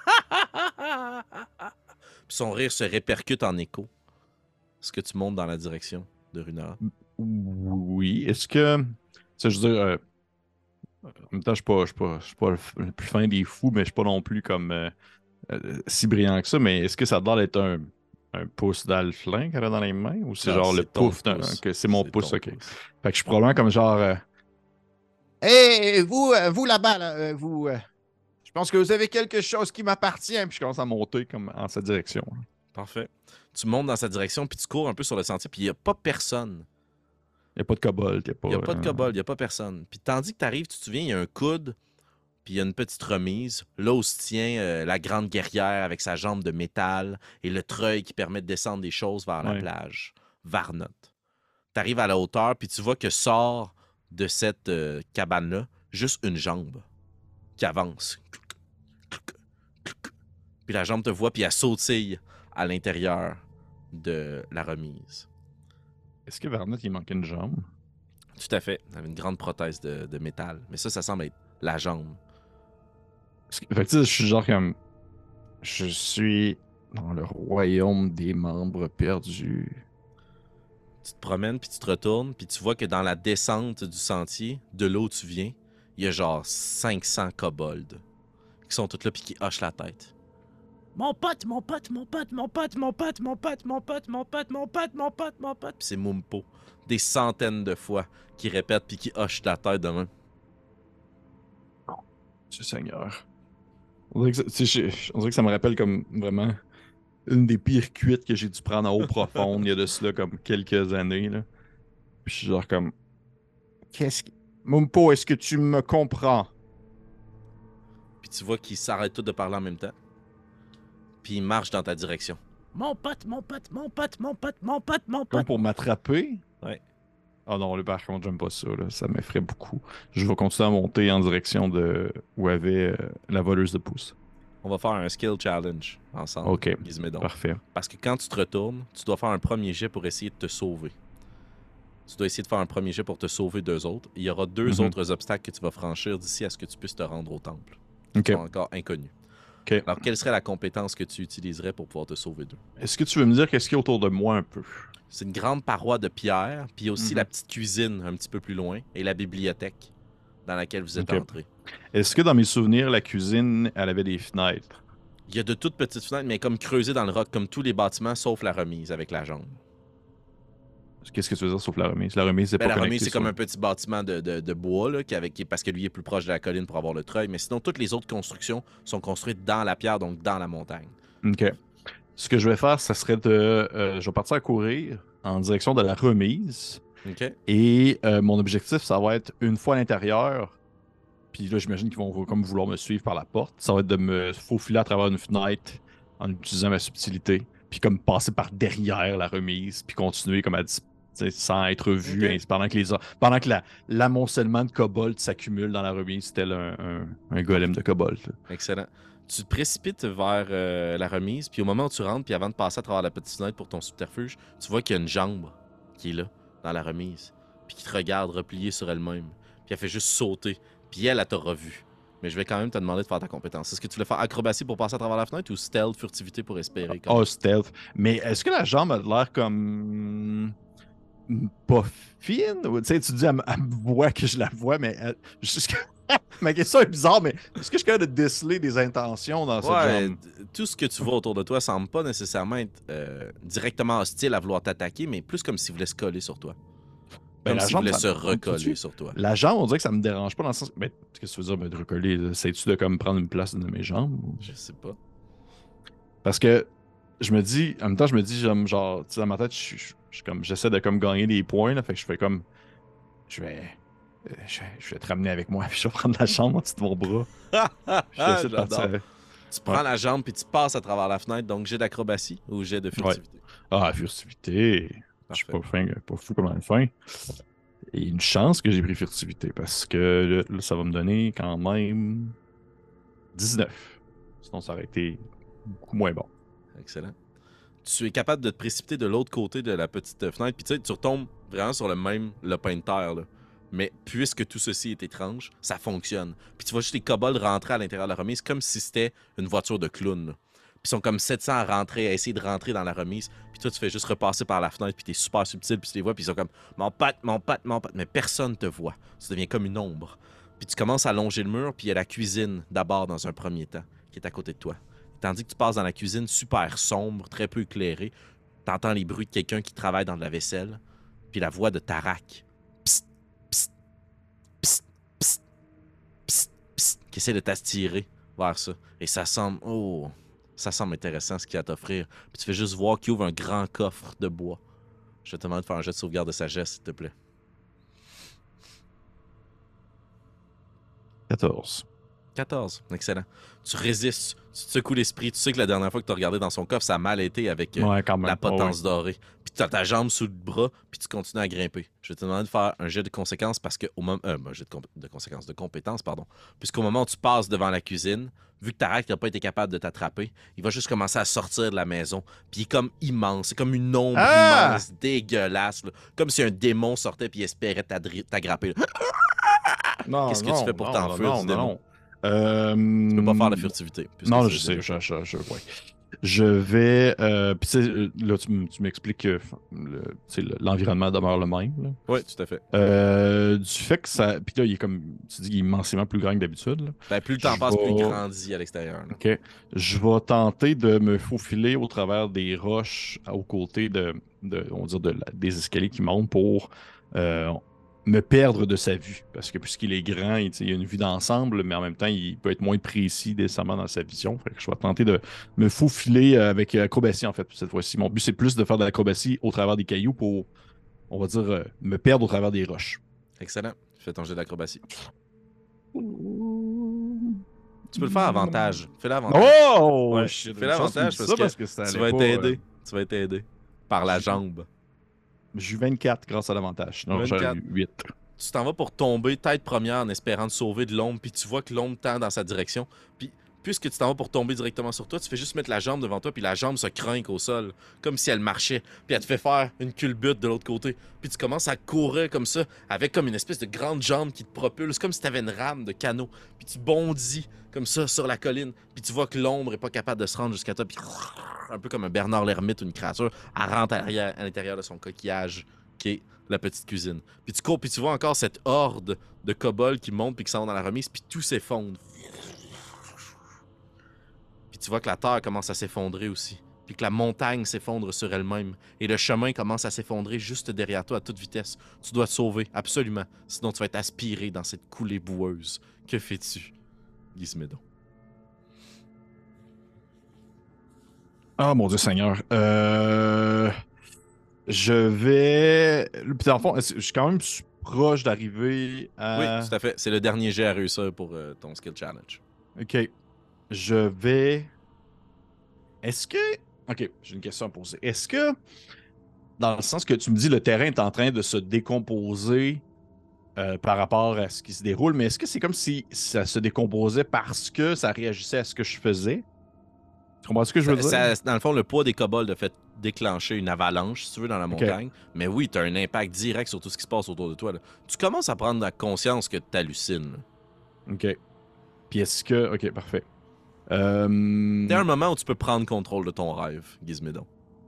Puis son rire se répercute en écho. Est-ce que tu montes dans la direction de Runara? Oui. Est-ce que. Ça, je veux dire. euh, en même temps, je ne suis pas, je suis pas, je suis pas le plus fin des fous, mais je ne suis pas non plus comme euh, euh, si brillant que ça. Mais est-ce que ça a l'air d'être un, un pouce d'Alflin qu'elle a dans les mains? Ou c'est Non, genre le c'est ton pouf d'un. pouce. que c'est mon C'est pouce, ton ok. pouce. Fait que je suis probablement comme genre. euh, Hey, vous, euh, vous là-bas, là, euh, vous. euh, je pense que vous avez quelque chose qui m'appartient. Puis je commence à monter comme en cette direction. Parfait. Tu montes dans sa direction, puis tu cours un peu sur le sentier, puis il n'y a pas personne. Il n'y a pas de kobold. Il n'y a pas, Il n'y a pas de euh, kobold, il n'y a pas personne. Puis tandis que tu arrives, tu te souviens, il y a un coude, puis il y a une petite remise. Là où se tient euh, la grande guerrière avec sa jambe de métal et le treuil qui permet de descendre des choses vers la Ouais. plage. Varnot. Tu arrives à la hauteur, puis tu vois que sort de cette euh, cabane-là juste une jambe qui avance. Puis la jambe te voit, puis elle sautille à l'intérieur de la remise. Est-ce que Varnot, il manquait une jambe? Tout à fait. Elle avait une grande prothèse de, de métal. Mais ça, ça semble être la jambe. Parce que- Fait que tu sais, je suis genre comme. Je suis dans le royaume des membres perdus. Tu te promènes, puis tu te retournes, puis tu vois que dans la descente du sentier, de là où tu viens, il y a genre cinq cents kobolds qui sont tous là, puis qui hochent la tête. Mon pote, mon pote, mon pote, mon pote, mon pote, mon pote, mon pote, mon pote, mon pote, mon pote, mon pote. Puis c'est Mumpo. Des centaines de fois qui répètent, puis qui hochent la tête de même. Dieu Seigneur. On dirait, que ça, tu sais, je- on dirait que ça me rappelle comme vraiment une des pires cuites que j'ai dû prendre en eau profonde il y a de cela comme quelques années. Là. Puis je suis genre comme. Qu'est-ce que. Mumpo, est-ce que tu me comprends? Puis tu vois qu'ils s'arrêtent tous de parler en même temps. Puis ils marchent dans ta direction. Mon pote, mon pote, mon pote, mon pote, mon pote, mon Comme pote. pour m'attraper? Ouais. Ah non, là, par contre, j'aime pas ça. Là. Ça m'effraie beaucoup. Je vais continuer à monter en direction de où avait euh, la voleuse de pouces. On va faire un skill challenge ensemble. Ok. Gizmédon. Parfait. Parce que quand tu te retournes, tu dois faire un premier jet pour essayer de te sauver. Tu dois essayer de faire un premier jet pour te sauver deux autres. Il y aura deux Mhm. autres obstacles que tu vas franchir d'ici à ce que tu puisses te rendre au temple. Ok. Qui sont encore inconnus. Ok. Alors, quelle serait la compétence que tu utiliserais pour pouvoir te sauver d'eux? Est-ce que tu veux me dire qu'est-ce qu'il y a autour de moi un peu? C'est une grande paroi de pierre, puis aussi Mhm. la petite cuisine un petit peu plus loin, et la bibliothèque dans laquelle vous êtes Ok. entré. Est-ce que dans mes souvenirs, la cuisine, elle avait des fenêtres? Il y a de toutes petites fenêtres, mais comme creusées dans le roc, comme tous les bâtiments, sauf la remise avec la jambe. Qu'est-ce que tu veux dire sauf la remise? La remise, c'est Ben, pas la connecté remise, c'est sur- comme un petit bâtiment de, de- de bois, là, qui avec, qui- parce que lui est plus proche de la colline pour avoir le treuil. Mais sinon, toutes les autres constructions sont construites dans la pierre, donc dans la montagne. OK. Ce que je vais faire, ça serait de... euh, je vais partir à courir en direction de la remise. OK? Et euh, mon objectif, ça va être, une fois à l'intérieur, puis là, j'imagine qu'ils vont comme vouloir me suivre par la porte, ça va être de me faufiler à travers une fenêtre en utilisant ma subtilité, puis comme passer par derrière la remise, puis continuer comme à dis- tu sais, sans être vu, Ok. hein, pendant que, les, pendant que la- l'amoncellement de kobolds s'accumule dans la remise, tel un, un, un golem de kobold. là. Excellent. Tu te précipites vers euh, la remise, puis au moment où tu rentres, puis avant de passer à travers la petite fenêtre pour ton subterfuge, tu vois qu'il y a une jambe qui est là, dans la remise, puis qui te regarde repliée sur elle-même. Puis elle fait juste sauter. Puis elle, elle t'a revu. Mais je vais quand même te demander de faire ta compétence. Est-ce que tu voulais faire acrobatie pour passer à travers la fenêtre ou stealth, furtivité pour espérer? comme- Oh, stealth. Mais est-ce que la jambe a l'air comme... pas fine. Tu sais, tu dis, elle, me- elle me voit que je la vois, mais elle- juste que- ma question est bizarre, mais est-ce que je suis capable de déceler des intentions dans cette Ouais, genre? d- tout ce que tu vois autour de toi semble pas nécessairement être euh, directement hostile à vouloir t'attaquer, mais plus comme s'il voulait se coller sur toi. Ben, Comme la s'il jambe, voulait ça se me dérange, recoller vois-tu? sur toi. La jambe, on dirait que ça me dérange pas dans le sens. Mais qu'est-ce que tu veux dire, me de recoller? là? C'est-tu de comme prendre une place de mes jambes? ou- Je sais pas. Parce que je me dis, en même temps, je me dis, j'aime genre, tu sais, dans ma tête, je suis- je je suis comme, j'essaie de comme gagner des points, là, fait que je fais comme, je vais, euh, je, vais je vais te ramener avec moi, puis je vais prendre la chambre en dessous de mon bras. Puis je vais essayer de partir. J'adore. avec- Tu prends Ouais. la jambe puis tu passes à travers la fenêtre, donc j'ai d'acrobatie ou j'ai de furtivité. Ah, furtivité. Je suis Parfait. pas, fin, pas fou comme un fin. Et une chance que j'ai pris furtivité, parce que là, ça va me donner quand même dix-neuf. Sinon, ça aurait été beaucoup moins bon. Excellent. Tu es capable de te précipiter de l'autre côté de la petite fenêtre, puis tu sais, tu retombes vraiment sur le même lopin de terre, là. Mais puisque tout ceci est étrange, ça fonctionne. Puis tu vois juste les kobolds rentrer à l'intérieur de la remise comme si c'était une voiture de clown, là. Puis ils sont comme sept cents à rentrer, à essayer de rentrer dans la remise. Puis toi, tu fais juste repasser par la fenêtre, puis t'es super subtil, puis tu les vois, puis ils sont comme « Mon pote, mon pote, mon pote », mais personne te voit. Tu deviens comme une ombre. Puis tu commences à longer le mur, puis il y a la cuisine, d'abord, dans un premier temps, qui est à côté de toi. Tandis que tu passes dans la cuisine super sombre, très peu éclairée, t'entends les bruits de quelqu'un qui travaille dans de la vaisselle, puis la voix de Tarak. Psst, psst, psst, psst, psst, psst, qui essaie de t'attirer vers ça. Et ça semble, oh, ça semble intéressant ce qu'il a à t'offrir. Puis tu fais juste voir qu'il ouvre un grand coffre de bois. Je vais te demander de faire un jet de sauvegarde de sagesse, s'il te plaît. quatorze. quatorze, excellent. Tu résistes, tu te secoues l'esprit. Tu sais que la dernière fois que tu as regardé dans son coffre, ça a mal été avec euh, Ouais, quand même. la Ah, potence ouais. dorée. Puis tu as ta jambe sous le bras, puis tu continues à grimper. Je vais te demander de faire un jet de conséquences parce que au moment. Euh, un jet de, comp- de conséquences, de compétences, pardon. Puisqu'au moment où tu passes devant la cuisine, vu que Tarak n'a pas été capable de t'attraper, il va juste commencer à sortir de la maison. Puis il est comme immense. C'est comme une ombre Ah! immense, dégueulasse. Là. Comme si un démon sortait puis il espérait t'adri- t'agrapper. là. Non, Qu'est-ce que non, tu fais pour non, t'enfuir non, du non, démon? non. Euh, Tu peux pas faire de furtivité. puisque Non, c'est je sais, déjà je, fait. je, je, ouais. Je vais. Euh, Puis, tu sais, euh, là, tu, m- tu m'expliques que le- tu sais, le- l'environnement demeure le même. Là. Oui, tout à fait. Euh, du fait que ça. Puis là, il est comme. Tu dis qu'il est immensément plus grand que d'habitude. là. Ben, plus le temps Je passe, plus il vais- grandit à l'extérieur. là. OK. Je vais tenter de me faufiler au travers des roches aux côtés de, de, on va dire de la- des escaliers qui montent pour euh, me perdre de sa vue. Parce que puisqu'il est grand, il, tu sais, il a une vue d'ensemble, mais en même temps, il peut être moins précis décemment dans sa vision. Fait que je vais tenter de me faufiler euh, avec acrobatie, en fait, cette fois-ci. Mon but, c'est plus de faire de l'acrobatie au travers des cailloux pour, on va dire, euh, me perdre au travers des roches. Excellent. Fais ton jet d'acrobatie. Tu peux le faire avantage. Fais l'avantage. Oh! Ouais, shit, fais une chance l'avantage que tu me parce dis ça que parce que ça tu allait vas être pas, aidé. euh, Tu vas être aidé. Par la Je- jambe. J'ai eu vingt-quatre grâce à l'avantage. Non, j'ai vingt-quatre. eu huit. Tu t'en vas pour tomber tête première en espérant te sauver de l'ombre, puis tu vois que l'ombre tend dans sa direction. Puis puisque tu t'en vas pour tomber directement sur toi, tu fais juste mettre la jambe devant toi, puis la jambe se crinque au sol, comme si elle marchait. Puis elle te fait faire une culbute de l'autre côté. Puis tu commences à courir comme ça, avec comme une espèce de grande jambe qui te propulse, comme si tu avais une rame de canot. Puis tu bondis comme ça sur la colline, puis tu vois que l'ombre est pas capable de se rendre jusqu'à toi, puis un peu comme un Bernard l'ermite ou une créature, elle rentre à l'arrière- à l'intérieur de son coquillage, qui est la petite cuisine. Puis tu cours, puis tu vois encore cette horde de kobolds qui montent puis qui s'en vont dans la remise, puis tout s'effondre. Puis tu vois que la terre commence à s'effondrer aussi. Puis que la montagne s'effondre sur elle-même. Et le chemin commence à s'effondrer juste derrière toi à toute vitesse. Tu dois te sauver, absolument. Sinon tu vas être aspiré dans cette coulée boueuse. Que fais-tu, Gizmédon? Ah, mon Dieu Seigneur. Euh... Je vais. Puis, dans le fond, est-ce- je suis quand même su- proche d'arriver à. Oui, tout à fait. C'est le dernier jet à réussir pour euh, ton skill challenge. Ok. Je vais. Est-ce que. Ok, j'ai une question à poser. Est-ce que, dans le sens que tu me dis le terrain est en train de se décomposer euh, par rapport à ce qui se déroule, mais est-ce que c'est comme si ça se décomposait parce que ça réagissait à ce que je faisais? Tu comprends ce que je veux Ça- dire? ça- dans le fond, le poids des kobolds a fait déclencher une avalanche, si tu veux, dans la Ok. montagne. Mais oui, tu as un impact direct sur tout ce qui se passe autour de toi. là. Tu commences à prendre la conscience que tu hallucines. Ok. Puis est-ce que. Ok, parfait. Euh... Il y a un moment où tu peux prendre contrôle de ton rêve, Gizmédon. Tu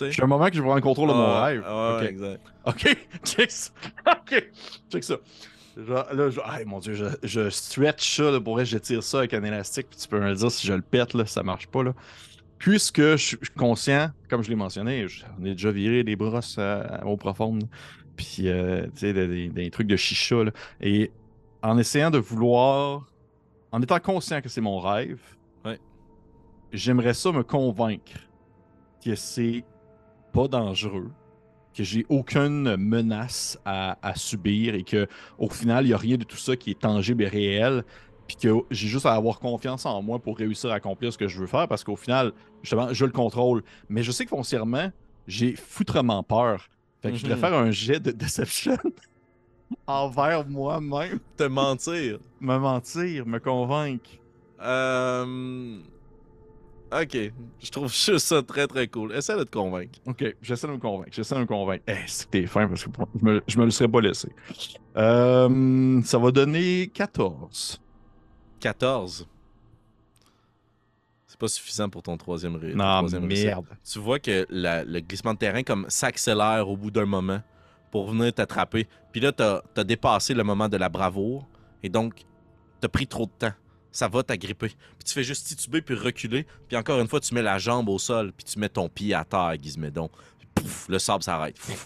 sais. J'ai un moment que je vais prendre le contrôle de mon Ah, rêve. ah, ouais, Ok. exact. Ok, check ça. Ok, check ça. Genre, là, je... Ay, mon dieu, je, je stretch ça, là, pour vrai, j'étire ça avec un élastique, puis tu peux me dire si je le pète, là, ça marche pas, là. Puisque je suis je suis conscient, comme je l'ai mentionné, je- on est déjà viré des brosses à, à eau profonde, puis, euh, tu sais, des, des- des trucs de chicha, là. Et en essayant de vouloir, en étant conscient que c'est mon rêve, Ouais. j'aimerais ça me convaincre que c'est pas dangereux, que j'ai aucune menace à, à subir et que au final, il n'y a rien de tout ça qui est tangible et réel, puis que j'ai juste à avoir confiance en moi pour réussir à accomplir ce que je veux faire parce qu'au final, justement, je le contrôle. Mais je sais que foncièrement, j'ai foutrement peur. Fait que je voudrais Mhm. faire un jet de deception envers moi-même, Te mentir. me mentir, me convaincre. Euh... Ok, je trouve juste ça très très cool. Essaie de te convaincre. Ok, j'essaie de me convaincre. J'essaie de me convaincre. Eh, c'est que t'es fin parce que je me, je me le serais pas laissé. Euh, ça va donner quatorze. quatorze. C'est pas suffisant pour ton troisième, ré... ton Non, troisième réussite. merde. Tu vois que la- le glissement de terrain comme s'accélère au bout d'un moment pour venir t'attraper. Puis là, t'as as dépassé le moment de la bravoure et donc t'as pris trop de temps. Ça va t'agripper. Puis tu fais juste tituber puis reculer. Puis encore une fois, tu mets la jambe au sol puis tu mets ton pied à terre, Gizmédon. Puis pouf, le sable s'arrête. Pouf.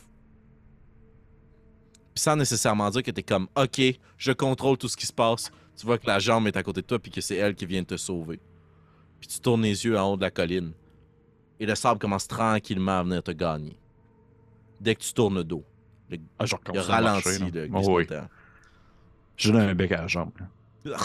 Puis sans nécessairement dire que t'es comme « Ok, je contrôle tout ce qui se passe », tu vois que la jambe est à côté de toi puis que c'est elle qui vient te sauver. Puis tu tournes les yeux en haut de la colline. Et le sable commence tranquillement à venir te gagner. Dès que tu tournes le dos, le, Ah, je il recommence à ralentit marcher, là. le Oh, glissement oui. de terrain. Je donne un bec à la jambe. là.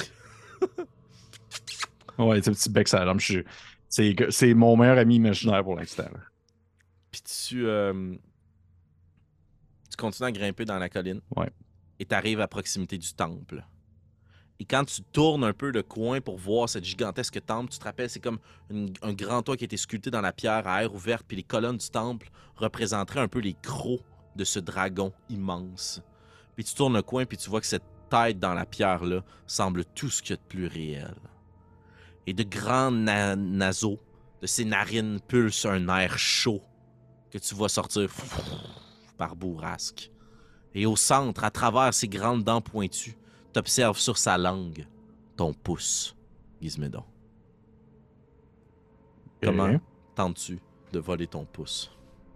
Ouais, c'est un petit bec à la jambe. Je suis- C'est que- c'est mon meilleur ami imaginaire pour l'instant. là. Puis tu, euh, tu continues à grimper dans la colline. Ouais. Et tu arrives à proximité du temple. Et quand tu tournes un peu le coin pour voir cette gigantesque temple, tu te rappelles, c'est comme une- un grand toit qui a été sculpté dans la pierre à air ouverte, puis les colonnes du temple représenteraient un peu les crocs de ce dragon immense. Puis tu tournes le coin, puis tu vois que cette tête dans la pierre-là semble tout ce qu'il y a de plus réel. Et de grands na- naseaux, de ses narines pulsent un air chaud que tu vois sortir par bourrasque. Et au centre, à travers ses grandes dents pointues, t'observes sur sa langue ton pouce, Gizmédon. Comment Ok. tentes-tu de voler ton pouce?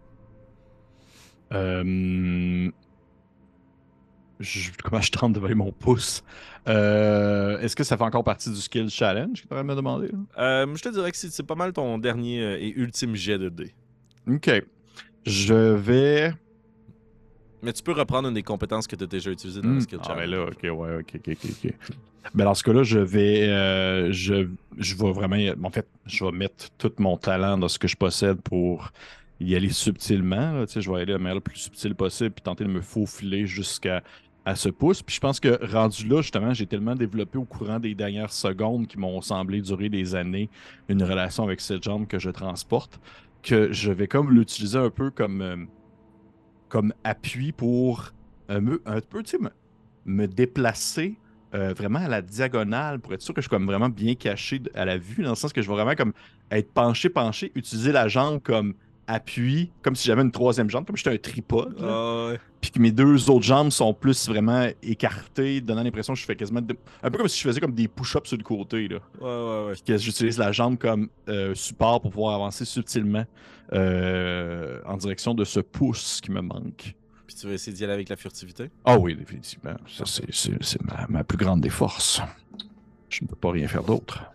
Euh, je- Comment je tente de voler mon pouce? Euh, Est-ce que ça fait encore partie du skill challenge que tu me demander? là? Euh, je te dirais que c'est c'est pas mal ton dernier euh, et ultime jet de dés. Ok. Je vais. Mais tu peux reprendre une des compétences que tu as déjà utilisées dans le Hmm. skill Ah, ben challenge. là, ok, ouais, ok, ok, ok. ok. Ben dans ce cas-là, je vais. euh, je, je vais vraiment. En fait, je vais mettre tout mon talent dans ce que je possède pour y aller subtilement. Là, tu sais, je vais aller de la manière la plus subtile possible puis tenter de me faufiler jusqu'à à ce pouce. Puis je pense que rendu là, justement, j'ai tellement développé au courant des dernières secondes qui m'ont semblé durer des années une relation avec cette jambe que je transporte que je vais comme l'utiliser un peu comme. euh, comme appui pour euh, me- un peu, tu sais, me, me déplacer euh, vraiment à la diagonale pour être sûr que je suis comme vraiment bien caché d- à la vue, dans le sens que je vais vraiment comme être penché, penché, utiliser la jambe comme appui, comme si j'avais une troisième jambe, comme si j'étais un tripode, là. Ah ouais. Puis que mes deux autres jambes sont plus vraiment écartées, donnant l'impression que je fais quasiment de- un peu comme si je faisais comme des push-ups sur le côté, là. Ouais, ouais, ouais. Puis que j'utilise la jambe comme euh, support pour pouvoir avancer subtilement euh, en direction de ce pouce qui me manque. Puis tu vas essayer d'y aller avec la furtivité? Ah oui, définitivement. Ça, c'est, c'est- c'est ma, ma plus grande des forces. Je ne peux pas rien faire d'autre.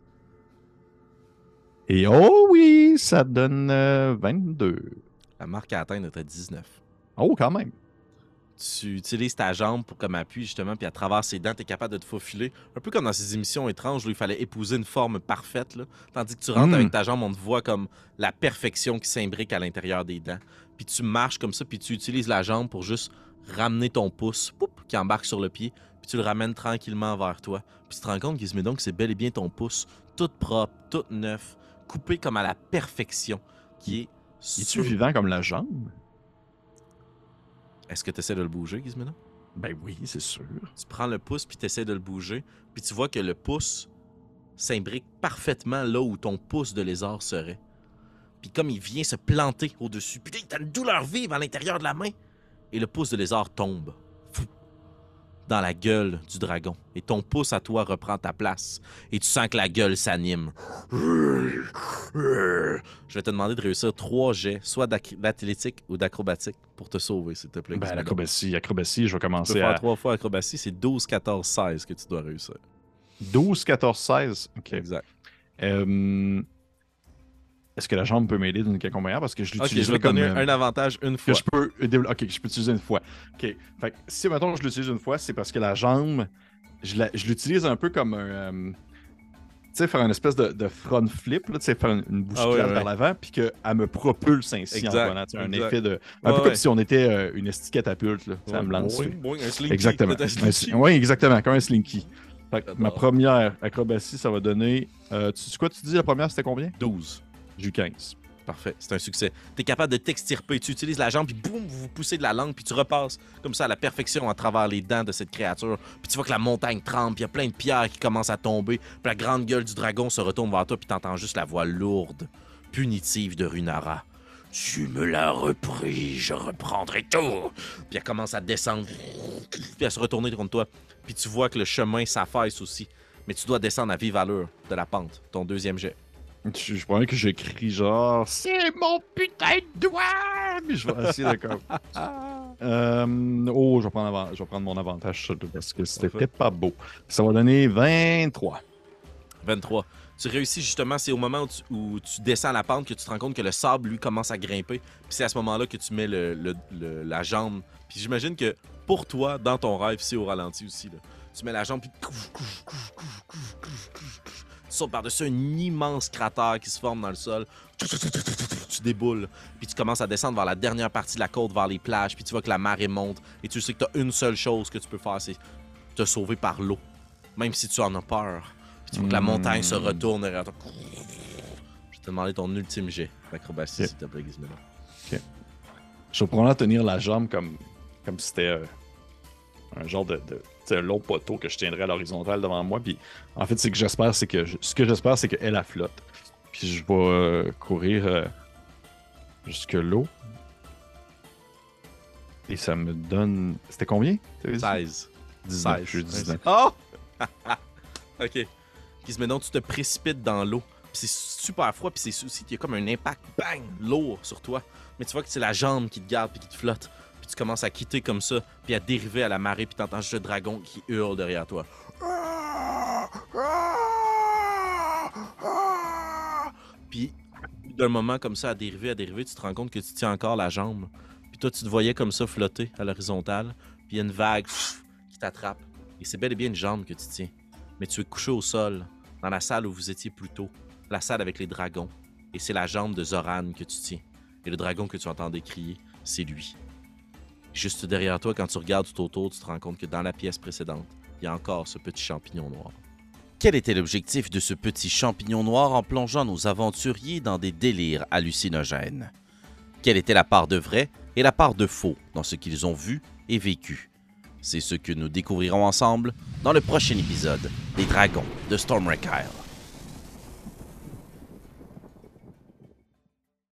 Et oh oui, ça donne euh, vingt-deux. La marque à atteindre est à dix-neuf. Oh, quand même. Tu utilises ta jambe pour comme appui, justement, puis à travers ses dents, tu es capable de te faufiler. Un peu comme dans ces émissions étranges où il fallait épouser une forme parfaite, là. Tandis que tu rentres Mm. avec ta jambe, on te voit comme la perfection qui s'imbrique à l'intérieur des dents. Puis tu marches comme ça, puis tu utilises la jambe pour juste ramener ton pouce, poup, qui embarque sur le pied, puis tu le ramènes tranquillement vers toi. Puis tu te rends compte, Gizmédon, que c'est bel et bien ton pouce, tout propre, tout neuf, coupé comme à la perfection, qui est... Es-tu sur- vivant comme la jambe? Est-ce que tu essaies de le bouger, Gizmédon? Ben oui, c'est sûr. Tu prends le pouce puis tu essaies de le bouger, puis tu vois que le pouce s'imbrique parfaitement là où ton pouce de lézard serait. Puis comme il vient se planter au-dessus, puis t'as une douleur vive à l'intérieur de la main. Et le pouce de lézard tombe. Fou, dans la gueule du dragon. Et ton pouce à toi reprend ta place. Et tu sens que la gueule s'anime. Je vais te demander de réussir trois jets, soit d'athlétique ou d'acrobatique, pour te sauver, s'il te plaît. Ben, Gizmodo. l'acrobatie, acrobatie, je vais Tu peux commencer faire à trois fois acrobatie, c'est douze, quatorze, seize que tu dois réussir. douze, quatorze, seize. OK. Exact. Euh, Est-ce que la jambe peut m'aider d'une quelconque manière? Parce que je Ok, l'utilise je vais te comme... donner euh, un avantage une que fois. je peux développer. Ok, je peux utiliser une fois. Ok. Fait que si, mettons, je l'utilise une fois, c'est parce que la jambe, je la- je l'utilise un peu comme un. euh, tu sais, faire une espèce de, de front flip, là, tu sais, faire une, une bousculade Ah ouais, ouais. vers l'avant, puis qu'elle me propulse ainsi Exact, en venant. Tu sais, un exact. effet de. Un Ouais, peu ouais. comme si on était euh, une esti catapulte, là. Ça me lance. Boing, boing, un slinky. Exactement. T'as un slinky. Oui, exactement, comme un slinky. Fait que J'adore. ma première acrobatie, ça va donner. Euh, tu sais quoi, tu dis la première, c'était combien? douze. J'ai eu quinze. Parfait, c'est un succès. T'es capable de t'extirper, tu utilises la jambe, puis boum, vous vous poussez de la langue, puis tu repasses comme ça à la perfection à travers les dents de cette créature. Puis tu vois que la montagne tremble, puis il y a plein de pierres qui commencent à tomber, puis la grande gueule du dragon se retourne vers toi, puis t'entends juste la voix lourde, punitive de Runara. Tu me l'as repris, je reprendrai tout. Puis elle commence à descendre, puis à se retourner contre toi. Puis tu vois que le chemin s'affaisse aussi, mais tu dois descendre à vive allure de la pente, ton deuxième jet. Je, je crois que j'écris genre c'est mon putain de doigt, mais je vais essayer d'accord. euh, oh, je vais, prendre avant- je vais prendre mon avantage sur tout parce que c'était Parfait. pas beau. Ça va donner vingt-trois. vingt-trois. Tu réussis justement, c'est au moment où tu, où tu descends la pente que tu te rends compte que le sable, lui, commence à grimper. Puis c'est à ce moment-là que tu mets le, le- le- la jambe. Puis j'imagine que pour toi, dans ton rêve, c'est au ralenti aussi. Là. Tu mets la jambe, puis tu sautes par-dessus un immense cratère qui se forme dans le sol. Tu déboules, puis tu commences à descendre vers la dernière partie de la côte, vers les plages, puis tu vois que la marée monte. Et tu sais que tu as une seule chose que tu peux faire, c'est te sauver par l'eau. Même si tu en as peur. Puis tu vois que la montagne se retourne derrière toi. Je vais te demander ton ultime jet d'acrobatie, Ok. s'il te plaît, Gizmodo. Je vais probablement tenir la jambe comme, comme si c'était euh, un genre de, de tu sais, un long poteau que je tiendrais à l'horizontale devant moi. Puis en fait, c'est que j'espère, c'est que je- ce que j'espère, c'est qu'elle a flotte. Puis je vais euh, courir euh, jusque l'eau. Et ça me donne. C'était combien? t'avais dit? seize. dix-neuf. J'ai eu dix-neuf. Oh! OK. Gizmodo, tu te précipites dans l'eau. Puis c'est super froid, puis c'est aussi qu'il y a comme un impact, bang, lourd sur toi. Mais tu vois que c'est la jambe qui te garde puis qui te flotte. Puis tu commences à quitter comme ça, puis à dériver à la marée, puis t'entends juste le dragon qui hurle derrière toi. Puis d'un moment comme ça, à dériver, à dériver, tu te rends compte que tu tiens encore la jambe. Puis toi, tu te voyais comme ça flotter à l'horizontale. Puis il y a une vague pff, qui t'attrape. Et c'est bel et bien une jambe que tu tiens. Mais tu es couché au sol, dans la salle où vous étiez plus tôt. La salle avec les dragons. Et c'est la jambe de Zoran que tu tiens. Et le dragon que tu entendais crier, c'est lui. Juste derrière toi, quand tu regardes tout autour, tu te rends compte que dans la pièce précédente, il y a encore ce petit champignon noir. Quel était l'objectif de ce petit champignon noir en plongeant nos aventuriers dans des délires hallucinogènes? Quelle était la part de vrai et la part de faux dans ce qu'ils ont vu et vécu? C'est ce que nous découvrirons ensemble dans le prochain épisode des Dragons de Stormwreck Isle.